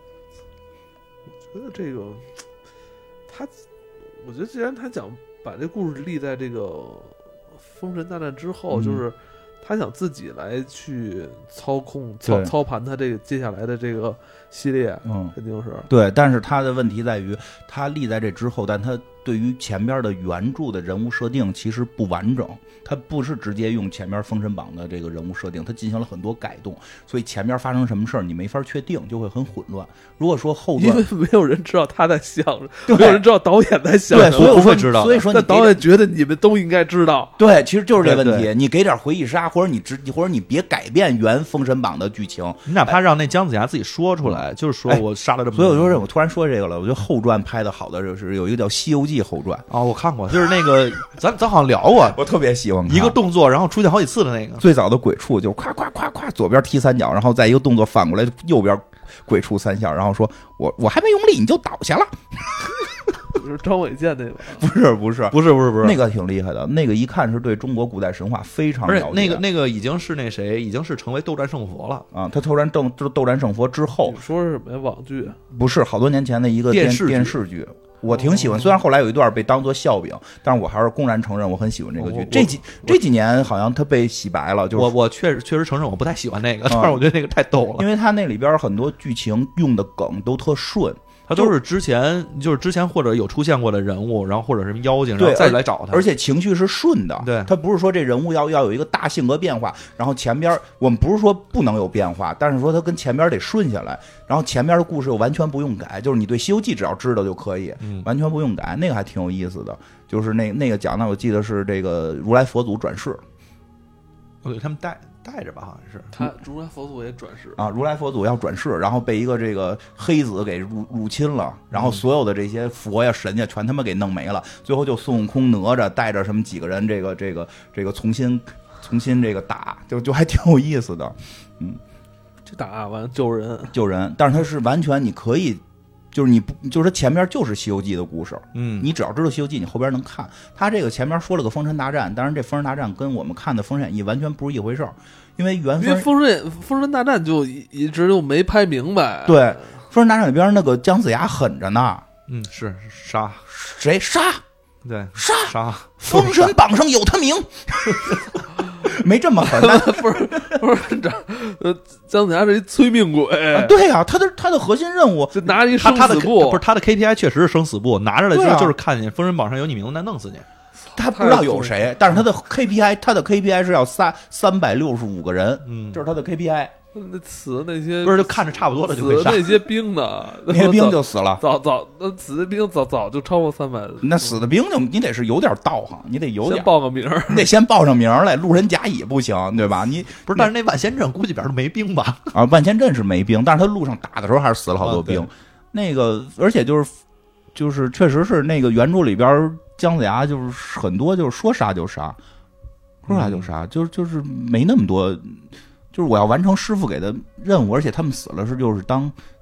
我觉得这个他，我觉得既然他想把这故事立在这个封神大战之后， 嗯、 就是他想自己来去操控、操操盘他这个接下来的这个系列， 嗯， 肯定是对。但是他的问题在于，他立在这之后，但他对于前边的原著的人物设定其实不完整。他不是直接用前面《封神榜》的这个人物设定，他进行了很多改动，所以前面发生什么事儿你没法确定，就会很混乱。如果说后段， 因为没有人知道他在想什么，没有人知道导演在想什么， 对，所以不会知道。 所以说， 但导演觉得你们都应该知道。 对，其实就是这问题。 对对你给点回忆杀，或者你直，或者你别改变原《封神榜》的剧情， 你哪怕让那姜子牙自己说出来，哎、就是说我杀了这么多。 所以我说，我突然说这个了，我觉得后传拍的好的就是有一个叫《西游记》后传啊、哦，我看过，就是那个咱咱好像聊过， 我特别喜欢看一个动作，然后出现好几次的那个。 最早的鬼畜就是夸夸夸夸，左边踢三脚，然后再一个动作反过来，右边鬼畜三下，然后说我我还没用力你就倒下了。 是张伟健那个？ 不是不是不是不是不是， 那个挺厉害的，那个一看是对中国古代神话非常了解。 而且那个那个已经是那谁，已经是成为斗战胜佛了啊！他突然斗斗战胜佛之后， 你说是什么呀？网剧？ 不是，好多年前的一个电视电视剧。我挺喜欢，虽然后来有一段被当作笑柄，但是我还是公然承认我很喜欢这个剧。这几这几年好像他被洗白了，就是我我确实确实承认我不太喜欢那个，但是我觉得那个太逗了， 因为他那里边很多剧情用的梗都特顺。 他都是之前就是之前或者有出现过的人物，然后或者什么妖精，然后再来找他， 而且情绪是顺的。 对， 他不是说这人物要要有一个大性格变化，然后前边我们不是说不能有变化，但是说他跟前边得顺下来，然后前边的故事又完全不用改，就是你对《西游记》只要知道就可以， 嗯、 完全不用改，那个还挺有意思的。就是那那个讲的，我记得是这个如来佛祖转世， 我给他们带。带着吧，好像是他如来佛祖也转世啊，如来佛祖要转世，然后被一个这个黑子给入入侵了，然后所有的这些佛呀神呀全他妈给弄没了，最后就孙悟空哪吒带着什么几个人，这个这个这个重新重新这个打，就就还挺有意思的，嗯， 这打完救人救人，但是他是完全你可以。就是你不，就是他前面就是《西游记》的故事， 嗯， 你只要知道《西游记》，你后边能看。他这个前面说了个封神大战，当然这封神大战跟我们看的《封神演义》完全不是一回事儿，因为原因为封神封神大战就一直就没拍明白。 对，封神大战里边那个姜子牙狠着呢， 嗯，是杀谁杀？ 对， 杀杀， 封神榜上有他名。没这么狠，但不是不是这呃，姜子牙是一催命鬼， 啊对呀、啊，他的他的核心任务就拿一生死簿， 不是他的 K P I 确实是生死簿，拿着来之后就是看见封神榜上有你名字，那弄死你。 他不知道有谁，但是他的 K P I 他的 K P I 是要三三百六十五个人， 嗯， 这是他的 K P I。 那死那些不是就看着差不多了就可以杀死那些兵呢？ 那些兵就死了， 早早那死的兵早早就超过三百。 那死的兵就你得是有点道行，你得有点先报个名， 你得先报上名来，路人甲乙不行，对吧？你不是，但是那万仙阵估计边上没兵吧？ 啊，万仙阵是没兵，但是他路上打的时候还是死了好多兵。啊、那个，而且就是就是确实是那个原著里边姜子牙就是很多就是说杀就杀，说杀就杀，嗯、就是就是没那么多。就是我要完成师傅给的任务，而且他们死了是就是当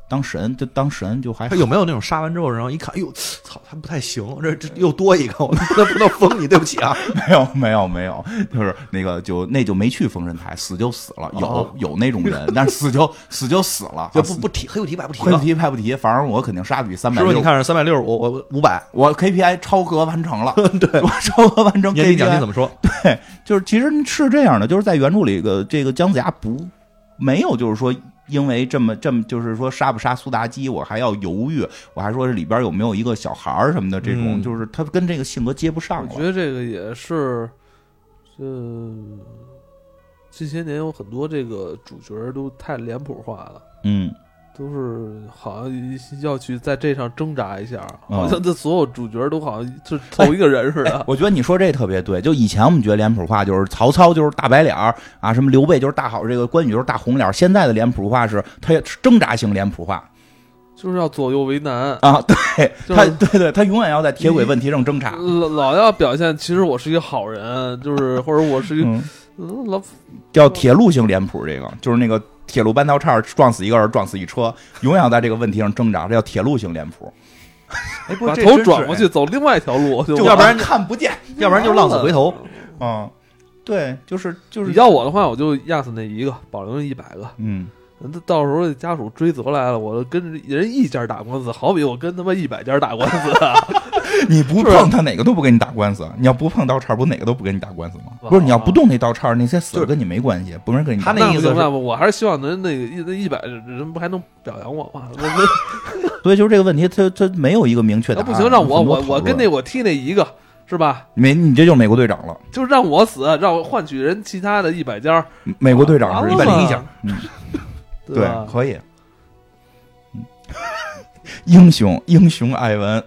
当神就当神就还他有没有那种杀完之后，然后一看，哎呦，操，他不太行，这这又多一个，我那不能封你，对不起啊。 没有没有没有，就是那个就那就没去封神台，死就死了，有、 哦、 有那种人，但是死就死就死了， 就不不提黑不提白不提黑不提白不提，反正我肯定杀比三百六。 师傅，你看是三百六，我我五百， 我 K P I 超额完成了， 对， 我超额完成 K P I。 年底奖金怎么说？ 对，就是其实是这样的，就是在原著里个这个姜子牙不没有就是说。因为这么这么就是说杀不杀苏妲己，我还要犹豫，我还说里边有没有一个小孩儿什么的，这种、嗯、就是他跟这个性格接不上了。 我觉得这个也是，呃，近些年有很多这个主角都太脸谱化了， 嗯， 都是好像要去在这上挣扎一下，嗯、好像这所有主角都好像就凑一个人似的、 哎哎。我觉得你说这特别对，就以前我们觉得脸谱化就是曹操就是大白脸啊，什么刘备就是大好，这个关羽就是大红脸，现在的脸谱化是他也挣扎性脸谱化。 就是要左右为难啊！对， 就是、 他对对，他永远要在铁轨问题上挣扎， 老老要表现其实我是一个好人，就是或者我是一个、 嗯、 老叫铁路性脸谱，这个就是那个铁路半道岔撞死一个人，撞死一车，永远要在这个问题上挣扎，这叫铁路性脸谱。 哎，不把头转过去，走另外一条路， 就要不然看不见， 要不然就浪子回头。 嗯，对，就是就是。 你要我的话，我就压死那一个，保留一百个。 嗯。 到时候家属追责来了，我跟人一家打官司，好比我跟他妈一百家打官司、啊。 你不碰他哪个都不跟你打官司，你要不碰刀叉，不哪个都不跟你打官司吗？不是，你要不动那刀叉，那些死了跟你没关系，不人跟你打。 他那意思是， 我还是希望能那个一那一百人不还能表扬我吗？ 所以就是这个问题，他他没有一个明确答案。 不行，让我我我跟那我踢那一个。是吧？ 没，你这就是美国队长了， 就是让我死，让我换取人其他的一百家。 美国队长是一百零一家，嗯。 对， 可以。嗯、英雄英雄艾文，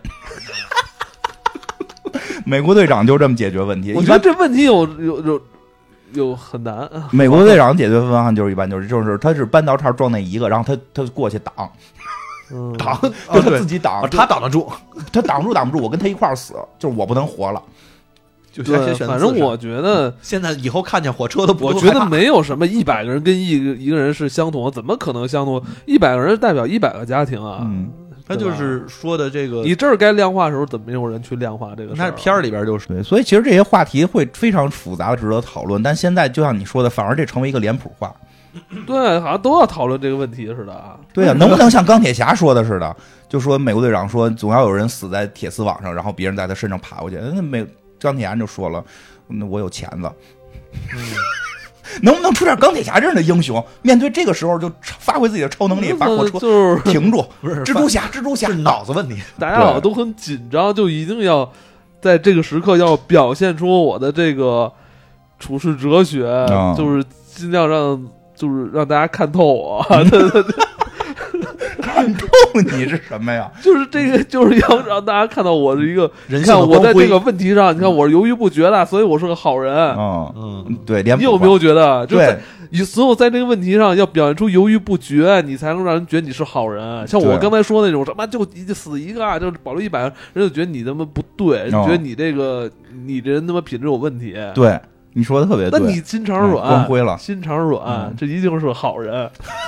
美国队长就这么解决问题。 我觉得这问题有有有有很难。 美国队长解决方案就是一般就是就是他是扳刀叉撞那一个，然后他他过去挡， 嗯、 挡就他自己挡， 哦、他挡得住， 他挡不住挡不住，我跟他一块儿死，就是我不能活了。 就对，反正我觉得现在以后看见火车都不， 我觉得没有什么一百个人跟一个一个人是相同的，怎么可能相同？一百个人代表一百个家庭啊， 嗯， 他就是说的这个， 你这儿该量化的时候，怎么没有人去量化这个事儿？ 那片儿里边就是对，所以其实这些话题会非常复杂，值得讨论。但现在就像你说的，反而这成为一个脸谱化， 对，好像都要讨论这个问题似的啊。 对呀、啊，能不能像钢铁侠说的似的，就说美国队长说总要有人死在铁丝网上，然后别人在他身上爬过去。那美钢铁侠就说了。那我有钳子， 嗯、 能不能出点钢铁侠这样的英雄？面对这个时候就发挥自己的超能力，把火车就是停住。 不是蜘蛛侠，蜘蛛侠是脑子问题， 大家好像都很紧张，就一定要在这个时刻要表现出我的这个处世哲学， 嗯、 就是尽量让就是让大家看透我。对对对。 看透你是什么呀？ 就是这个，就是要让大家看到我是一个人性的光辉。你看我在这个问题上，你看我是犹豫不决的，所以我是个好人。 嗯嗯，对，你有没有觉得？ 对， 你所有在这个问题上要表现出犹豫不决，你才能让人觉得你是好人。像我刚才说那种什么就死一个啊，就保留一百，人就觉得你他妈不对，人觉得你这个你这人他妈品质有问题。 对，你说的特别对。 那你心肠软， 光辉了， 心肠软，这一定是好人。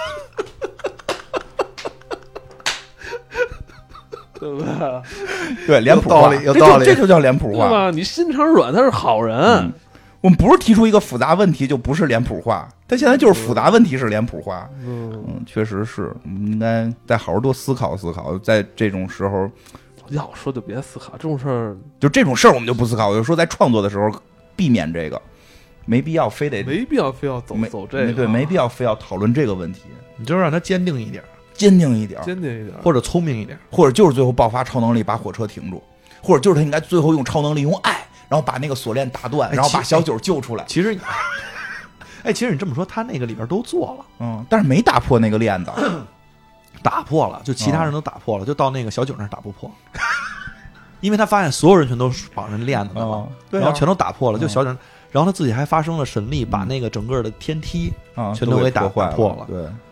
对不对？ 对，脸谱化， 有道理， 这就叫脸谱化， 对吧？你心肠软，他是好人。 嗯、我们不是提出一个复杂问题就不是脸谱化，但现在就是复杂问题是脸谱化。 嗯嗯，确实是，我们应该再好好多思考思考，在这种时候， 要说就别思考这种事儿， 就这种事儿我们就不思考。我就说在创作的时候避免这个，没必要非得， 没必要非要走走这个， 对，没必要非要讨论这个问题。 你就让他坚定一点。 坚定一点， 坚定一点， 或者聪明一点， 或者就是最后爆发超能力把火车停住，或者就是他应该最后用超能力用爱，然后把那个锁链打断，然后把小九救出来。 其实，哎，其实你这么说，他那个里边都做了， 嗯，但是没打破那个链子， 打破了，就其他人都打破了，嗯、就到那个小九那儿打不破，因为他发现所有人全都绑着链子的嘛， 嗯对啊、 然后全都打破了，就小九。 嗯然后他自己还发生了神力，把那个整个的天梯全都给打破坏破了。 对，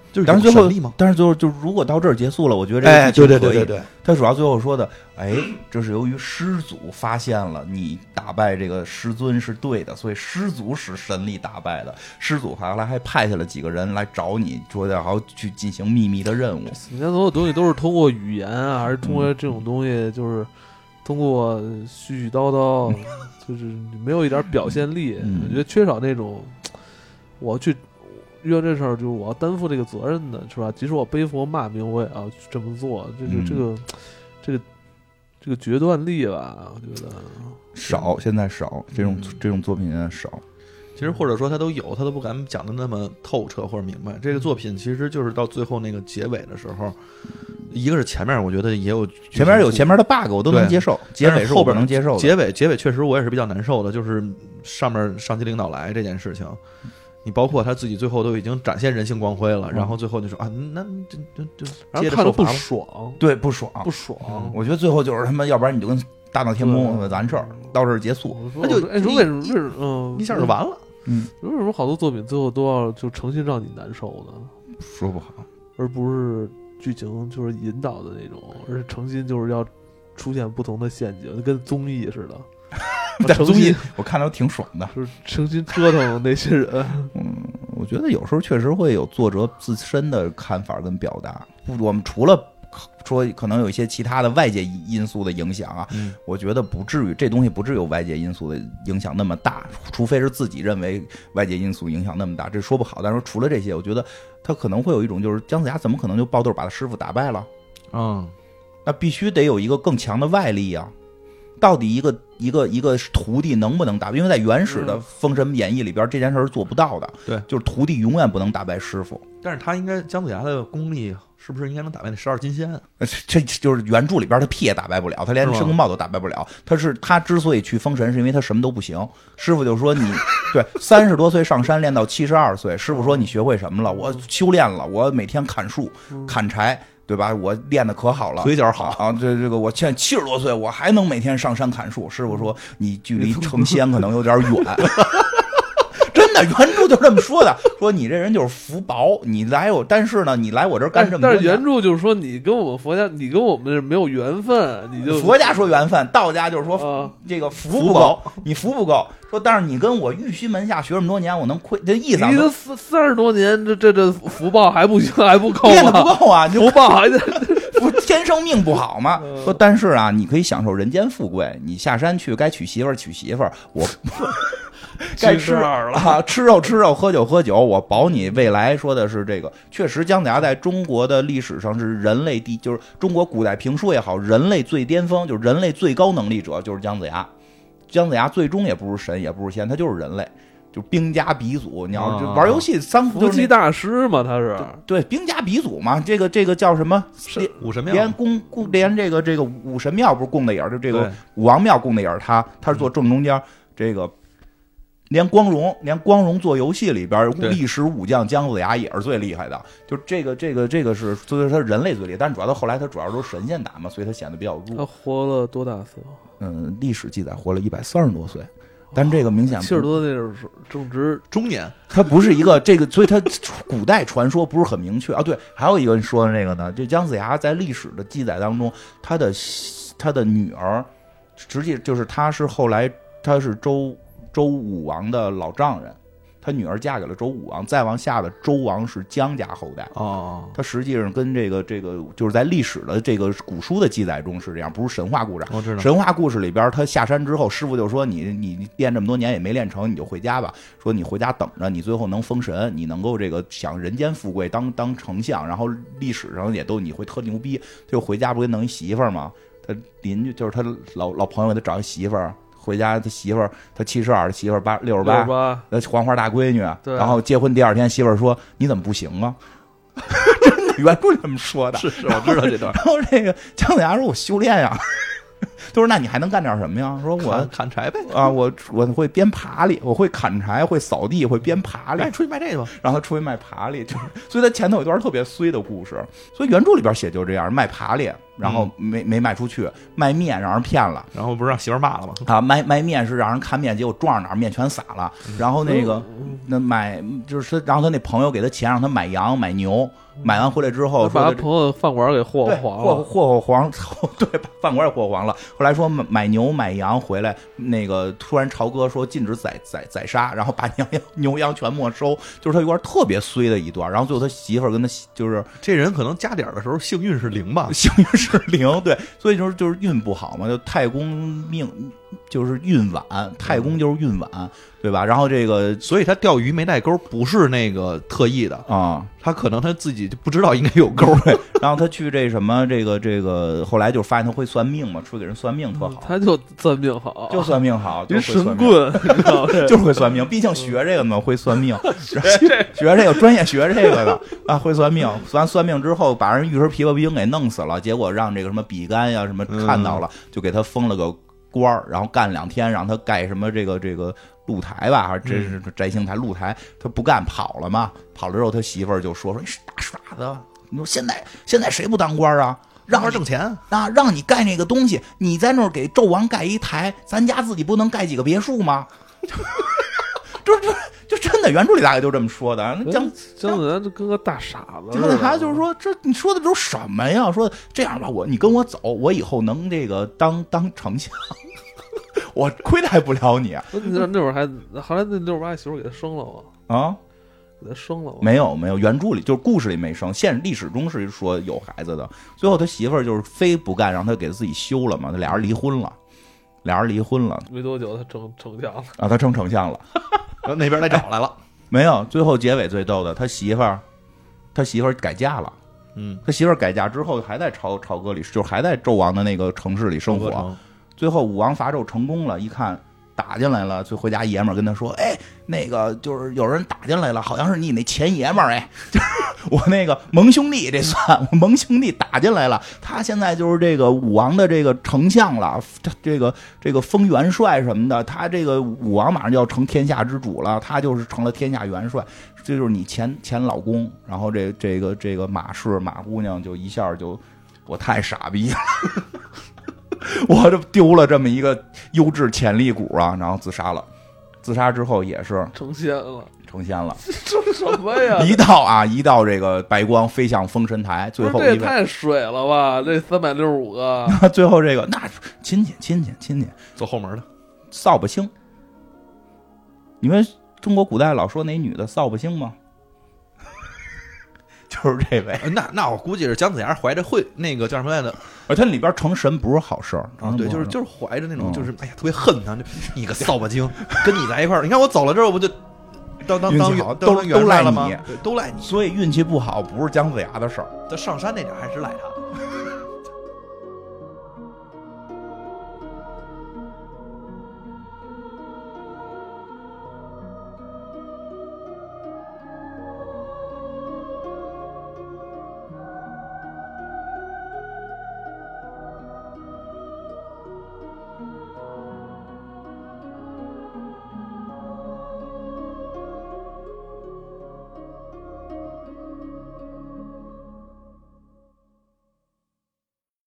就是但是最后力吗？ 但是最后就如果到这儿结束了，我觉得这哎，对对对对对对， 他主要最后说的，哎，这是由于师祖发现了你打败这个师尊是对的，所以师祖使神力打败的。师祖后来还派下了几个人来找你，说要好去进行秘密的任务。 你看所有东西都是通过语言啊，还是通过这种东西，就是通过絮絮叨叨，就是没有一点表现力。 嗯、 我觉得缺少那种，我去。遇到这事儿，就是我要担负这个责任的，是吧？即使我背负骂名，我也要这么做。这个、嗯、这个、这个、这个决断力吧，我觉得少，现在少这种、嗯、这种作品现在少。 其实或者说他都有，他都不敢讲的那么透彻或者明白。这个作品其实就是到最后那个结尾的时候，一个是前面我觉得也有前面有前面的 bug 我都能接受，结尾是后边能接受的。 结尾结尾确实我也是比较难受的，就是上面上级领导来这件事情。你包括他自己最后都已经展现人性光辉了，嗯、然后最后就说啊，那这这这接着看着不爽， 对，不爽， 不爽。 嗯、我觉得最后就是他妈，要不然你就跟大闹天宫完事儿，到这儿结束， 那就哎，说为什么为什么嗯一下就完了？ 嗯， 为什么好多作品最后都要就诚心让你难受呢？ 说不好， 而不是剧情就是引导的那种，而是诚心就是要出现不同的陷阱，跟综艺似的。 但综艺我看到挺爽的， 就是诚心折腾那些人。 嗯，我觉得有时候确实会有作者自身的看法跟表达。我们除了说可能有一些其他的外界因素的影响啊， 嗯、 我觉得不至于，这东西不至于有外界因素的影响那么大，除非是自己认为外界因素影响那么大，这说不好。但是除了这些，我觉得他可能会有一种，就是姜子牙怎么可能就爆豆把他师傅打败了？ 嗯， 那必须得有一个更强的外力啊。到底一个一个一个徒弟能不能打败？因为在原始的《封神演义》里边，这件事是做不到的。 对， 就是徒弟永远不能打败师傅。 但是他应该姜子牙的功力是不是应该能打败那十二金仙？ 呃，这就是原著里边他屁也打败不了，他连申公豹都打败不了。他是他之所以去封神，是因为他什么都不行。师傅就说你对三十多岁上山练到七十二岁，师傅说你学会什么了？我修炼了，我每天砍树、砍柴。对吧？我练的可好了， 腿脚好啊！这这个，我现在七十多岁，我还能每天上山砍树。师傅说，你距离成仙可能有点远。真的，原著就这么说的，说你这人就是福薄，你来我，但是呢，你来我这儿干这么多年。 但是原著就是说，你跟我们佛家，你跟我们这没有缘分，你就佛家说缘分，道家就是说、 呃、 这个福不够，你福不够。说，但是你跟我玉虚门下学这么多年，我能亏这意思。 你都三三十多年，这这这福报还不行，还不够， 练的不够啊！ 福报还得不天生命不好吗？说，但是啊，你可以享受人间富贵，你下山去该娶媳妇儿娶媳妇儿，我该吃了吃肉吃肉，喝酒喝酒，我保你未来。说的是这个，确实姜子牙在中国的历史上是人类第，就是中国古代评书也好，人类最巅峰，就是人类最高能力者，就是姜子牙。姜子牙最终也不是神，也不是仙，他就是人类，就兵家鼻祖。你要玩游戏，三伏击大师嘛，他是对兵家鼻祖嘛。这个这个叫什么？ 武神庙， 连供供连这个这个武神庙不是供的也是这个武王庙供的也是他，他是做正中间。这个连光荣连光荣做游戏里边历史武将姜子牙也是最厉害的。就这个这个这个是，所以他人类最厉害，但主要他后来他主要都是神仙打嘛，所以他显得比较弱。 他活了多大岁数？ 嗯，历史记载活了一百三十多岁，但这个明显七十多岁是正值中年， 他不是一个这个，所以他古代传说不是很明确啊。对，还有一个人说的那个呢，这姜子牙在历史的记载当中，他的他的女儿，实际就是他是后来他是周周武王的老丈人。他女儿嫁给了周武王，再往下的周王是姜家后代。 哦， 他实际上跟这个这个就是在历史的这个古书的记载中是这样，不是神话故事。 我知道， 神话故事里边，他下山之后，师傅就说你你你练这么多年也没练成，你就回家吧。说你回家等着，你最后能封神，你能够这个享人间富贵，当当丞相，然后历史上也都你会特牛逼。他就回家不是弄一媳妇儿吗？他邻居就是他老老朋友给他找一媳妇儿。回家他媳妇儿，他七十二，他媳妇儿八六十八，那黄花大闺女。然后结婚第二天，媳妇儿说：“你怎么不行啊？”真的，原著这么说的。 是是，我知道这段。 然后这个姜子牙说：“我修炼呀。”他说：“那你还能干点什么呀？”说：“我砍柴呗。 啊，我我会编爬犁，我会砍柴，会扫地，会编爬犁。 哎，出去卖这个吧。” 然后他出去卖爬犁，就是，所以他前头有一段特别衰的故事。所以原著里边写就这样，卖爬犁， 然后没没卖出去，卖面让人骗了， 然后不是让媳妇骂了吗？ 啊，卖卖面是让人看面，结果撞上哪儿面全洒了。然后那个那买就是他，然后他那朋友给他钱让他买羊买牛，买完回来之后把他朋友饭馆给霍霍黄了， 霍霍霍黄，对，饭馆也霍黄了。后来说买牛买羊回来，那个突然朝哥说禁止宰宰宰杀，然后把牛羊牛羊全没收，就是他有点特别衰的一段。然后最后他媳妇儿跟他就是这人可能加点的时候幸运是零吧， 幸运是零，对，所以就是就是运不好嘛，就太公命就是运晚，太公就是运晚，对吧？然后这个， 所以他钓鱼没带钩，不是那个特意的啊， 他可能他自己就不知道应该有钩。 然后他去这什么这个这个，后来就发现他会算命嘛，出去给人算命特好， 他就算命好， 就算命好，就神棍， 就是会算命，毕竟学这个嘛，会算命，学学这个专业学这个的啊，会算命。算算命之后，把人玉石琵琶兵给弄死了，结果让这个什么比干呀什么看到了，就给他封了个官儿，然后干两天，让他盖什么这个这个露台吧，还是这是摘星台露台，他不干跑了嘛，跑了之后他媳妇儿就说说你是大傻子，你说现在现在谁不当官啊？让人挣钱啊，让你盖那个东西，你在那儿给纣王盖一台，咱家自己不能盖几个别墅吗？就就就真的原著里大概就这么说的，姜姜子牙就跟个大傻子， 姜子牙就是说这你说的都什么呀？说这样吧，我你跟我走，我以后能这个当当丞相，我亏待不了你。 那那会儿还后来那六十八媳妇给他生了吗？ 啊， 给他生了吗？ 没有没有，原著里就是故事里没生，现历史中是说有孩子的。最后他媳妇儿就是非不干，让他给自己休了嘛，他俩人离婚了，俩人离婚了， 没多久他成丞相了啊，他成丞相了。 然后那边来找来了， 没有。最后结尾最逗的，他媳妇儿，他媳妇儿改嫁了。 嗯， 他媳妇儿改嫁之后，还在朝朝歌里，就是还在纣王的那个城市里生活。最后武王伐纣成功了，一看打进来了，就回家爷们儿跟他说：“哎，那个就是有人打进来了，好像是你那前爷们儿，哎，就是我那个盟兄弟，这算我盟兄弟打进来了。他现在就是这个武王的这个丞相了，这个这个封元帅什么的，他这个武王马上就要成天下之主了，他就是成了天下元帅。这就是你前前老公。然后这这个这个马氏马姑娘就一下就，我太傻逼了。”我这丢了这么一个优质潜力股啊，然后自杀了。自杀之后也是成仙了， 成仙了。 这什么呀？ 一道啊，一道这个白光飞向封神台，最后这也太水了吧！这三百六十五个， 最后这个那亲戚亲戚亲戚走后门的扫把星。你们中国古代老说哪女的扫把星吗？就是这位， 那那我估计是姜子牙怀着会那个叫什么来着？ 而他里边成神不是好事儿啊，对，就是就是怀着那种，就是哎呀，特别恨他，你个扫把精，跟你在一块儿，你看我走了之后，不就当当当都当都赖你， 都赖你， 所以运气不好不是姜子牙的事儿， 他上山那点还是赖他。